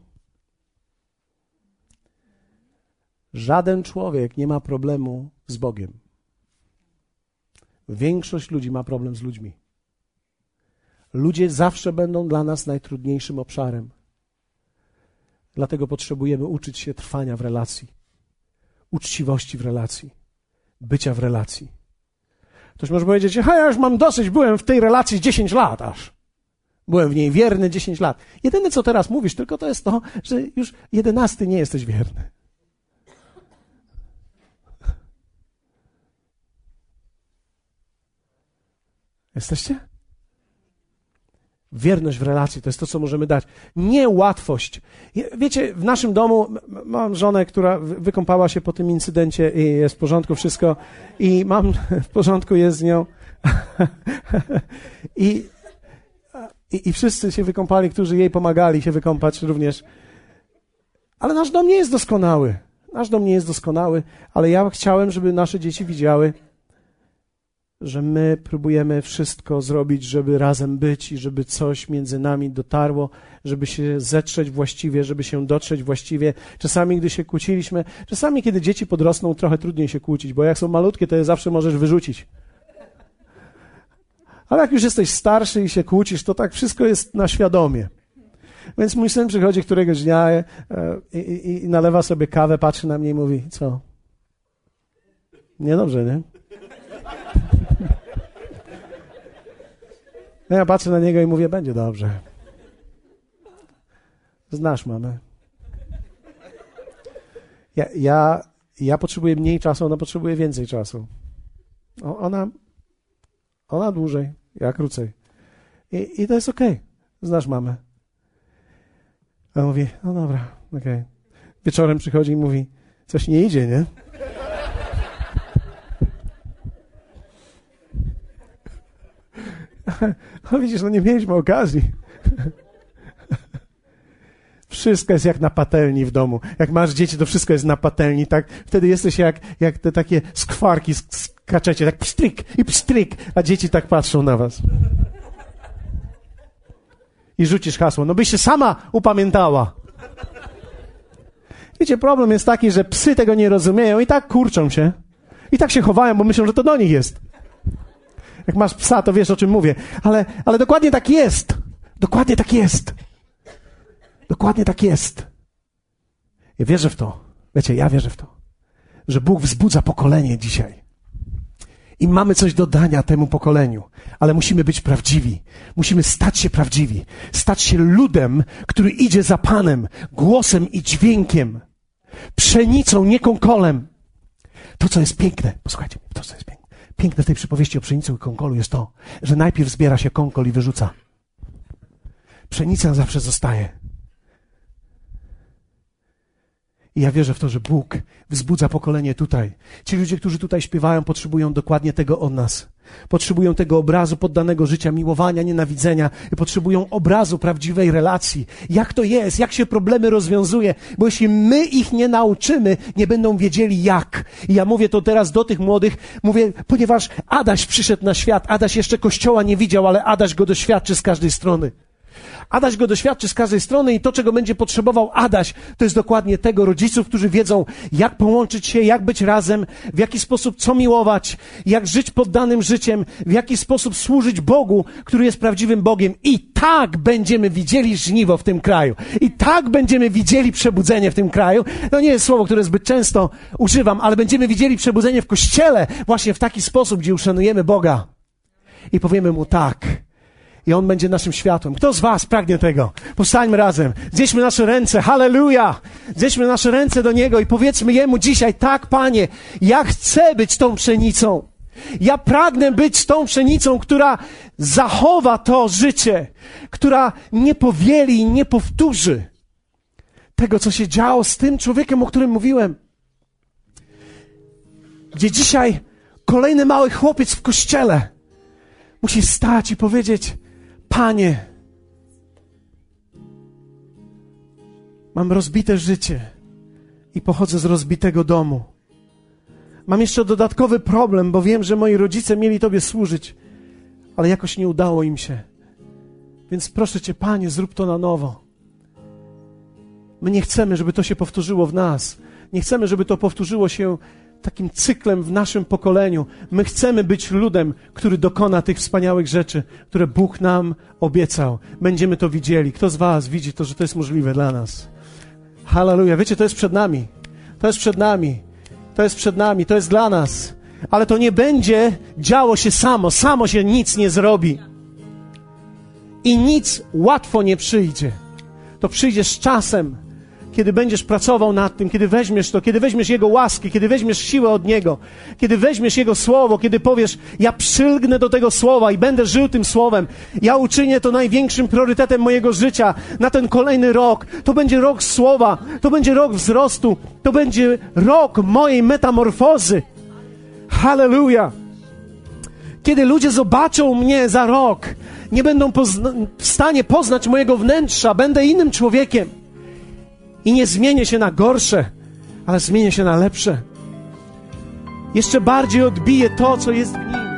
Żaden człowiek nie ma problemu z Bogiem. Większość ludzi ma problem z ludźmi. Ludzie zawsze będą dla nas najtrudniejszym obszarem. Dlatego potrzebujemy uczyć się trwania w relacji. uczciwości w relacji, bycia w relacji. Ktoś może powiedzieć, ha, ja już mam dosyć, byłem w tej relacji dziesięć lat aż. Byłem w niej wierny dziesięć lat. Jedyne, co teraz mówisz, tylko to jest to, że już jedenasty nie jesteś wierny. Jesteście? Wierność w relacji to jest to, co możemy dać. Nie łatwość. Wiecie, w naszym domu mam żonę, która wykąpała się po tym incydencie i jest w porządku wszystko. I mam w porządku jest z nią. I, i, I wszyscy się wykąpali, którzy jej pomagali się wykąpać również. Ale nasz dom nie jest doskonały. Nasz dom nie jest doskonały, ale ja chciałem, żeby nasze dzieci widziały, że my próbujemy wszystko zrobić, żeby razem być i żeby coś między nami dotarło, żeby się zetrzeć właściwie, żeby się dotrzeć właściwie. Czasami, gdy się kłóciliśmy, czasami, kiedy dzieci podrosną, trochę trudniej się kłócić, bo jak są malutkie, to je zawsze możesz wyrzucić. Ale jak już jesteś starszy i się kłócisz, to tak wszystko jest na świadomie. Więc mój syn przychodzi któregoś dnia i, i, i nalewa sobie kawę, patrzy na mnie i mówi, co? Niedobrze, nie? Ja patrzę na niego i mówię, będzie dobrze. Znasz mamę. Ja, ja, ja potrzebuję mniej czasu, ona potrzebuje więcej czasu. O, ona, ona dłużej, ja krócej. I, i to jest okej. Okay. Znasz mamę. A on mówi, no dobra, okej. Okay. Wieczorem przychodzi i mówi, coś nie idzie, nie? No widzisz, no nie mieliśmy okazji. Wszystko jest jak na patelni w domu. Jak masz dzieci, to wszystko jest na patelni, tak? Wtedy jesteś jak, jak te takie skwarki skaczecie, tak pstryk i pstryk, a dzieci tak patrzą na was. I rzucisz hasło, no byś się sama upamiętała. Wiecie, problem jest taki, że psy tego nie rozumieją i tak kurczą się. I tak się chowają, bo myślą, że to do nich jest. Jak masz psa, to wiesz, o czym mówię. Ale, ale dokładnie tak jest. Dokładnie tak jest. Dokładnie tak jest. Ja wierzę w to. Wiecie, ja wierzę w to. Że Bóg wzbudza pokolenie dzisiaj. I mamy coś do dania temu pokoleniu. Ale musimy być prawdziwi. Musimy stać się prawdziwi. Stać się ludem, który idzie za Panem. Głosem i dźwiękiem. Pszenicą, nie konkolem. To, co jest piękne. Posłuchajcie, to, co jest piękne. Piękne w tej przypowieści o pszenicy i konkolu jest to, że najpierw zbiera się konkol i wyrzuca. Pszenica zawsze zostaje. I ja wierzę w to, że Bóg wzbudza pokolenie tutaj. Ci ludzie, którzy tutaj śpiewają, potrzebują dokładnie tego od nas. Potrzebują tego obrazu poddanego życia, miłowania, nienawidzenia. I potrzebują obrazu prawdziwej relacji. Jak to jest, jak się problemy rozwiązuje. Bo jeśli my ich nie nauczymy, nie będą wiedzieli jak. I ja mówię to teraz do tych młodych. Mówię, ponieważ Adaś przyszedł na świat. Adaś jeszcze Kościoła nie widział, ale Adaś go doświadczy z każdej strony. Adaś go doświadczy z każdej strony i to, czego będzie potrzebował Adaś, to jest dokładnie tego rodziców, którzy wiedzą, jak połączyć się, jak być razem, w jaki sposób co miłować, jak żyć poddanym życiem, w jaki sposób służyć Bogu, który jest prawdziwym Bogiem. I tak będziemy widzieli żniwo w tym kraju. I tak będziemy widzieli przebudzenie w tym kraju. To nie jest słowo, które zbyt często używam, ale będziemy widzieli przebudzenie w Kościele właśnie w taki sposób, gdzie uszanujemy Boga. I powiemy Mu tak. I On będzie naszym światłem. Kto z was pragnie tego? Powstańmy razem. Znieśmy nasze ręce. Halleluja! Znieśmy nasze ręce do Niego i powiedzmy Jemu dzisiaj, tak, Panie, ja chcę być tą pszenicą. Ja pragnę być tą pszenicą, która zachowa to życie, która nie powieli i nie powtórzy tego, co się działo z tym człowiekiem, o którym mówiłem. Gdzie dzisiaj kolejny mały chłopiec w kościele musi stać i powiedzieć, Panie, mam rozbite życie i pochodzę z rozbitego domu. Mam jeszcze dodatkowy problem, bo wiem, że moi rodzice mieli Tobie służyć, ale jakoś nie udało im się. Więc proszę Cię, Panie, zrób to na nowo. My nie chcemy, żeby to się powtórzyło w nas. Nie chcemy, żeby to powtórzyło się takim cyklem w naszym pokoleniu. My chcemy być ludem, który dokona tych wspaniałych rzeczy, które Bóg nam obiecał. Będziemy to widzieli. Kto z was widzi to, że to jest możliwe dla nas? Halleluja. Wiecie, to jest przed nami. To jest przed nami. To jest przed nami, to jest dla nas. Ale to nie będzie działo się samo. Samo się nic nie zrobi. I nic łatwo nie przyjdzie. To przyjdzie z czasem, kiedy będziesz pracował nad tym, kiedy weźmiesz to, kiedy weźmiesz Jego łaskę, kiedy weźmiesz siłę od Niego, kiedy weźmiesz Jego Słowo, kiedy powiesz, ja przylgnę do tego Słowa i będę żył tym Słowem. Ja uczynię to największym priorytetem mojego życia na ten kolejny rok. To będzie rok Słowa, to będzie rok wzrostu, to będzie rok mojej metamorfozy. Halleluja! Kiedy ludzie zobaczą mnie za rok, nie będą pozna- w stanie poznać mojego wnętrza, będę innym człowiekiem. I nie zmienię się na gorsze, ale zmienię się na lepsze. Jeszcze bardziej odbiję to, co jest w nim.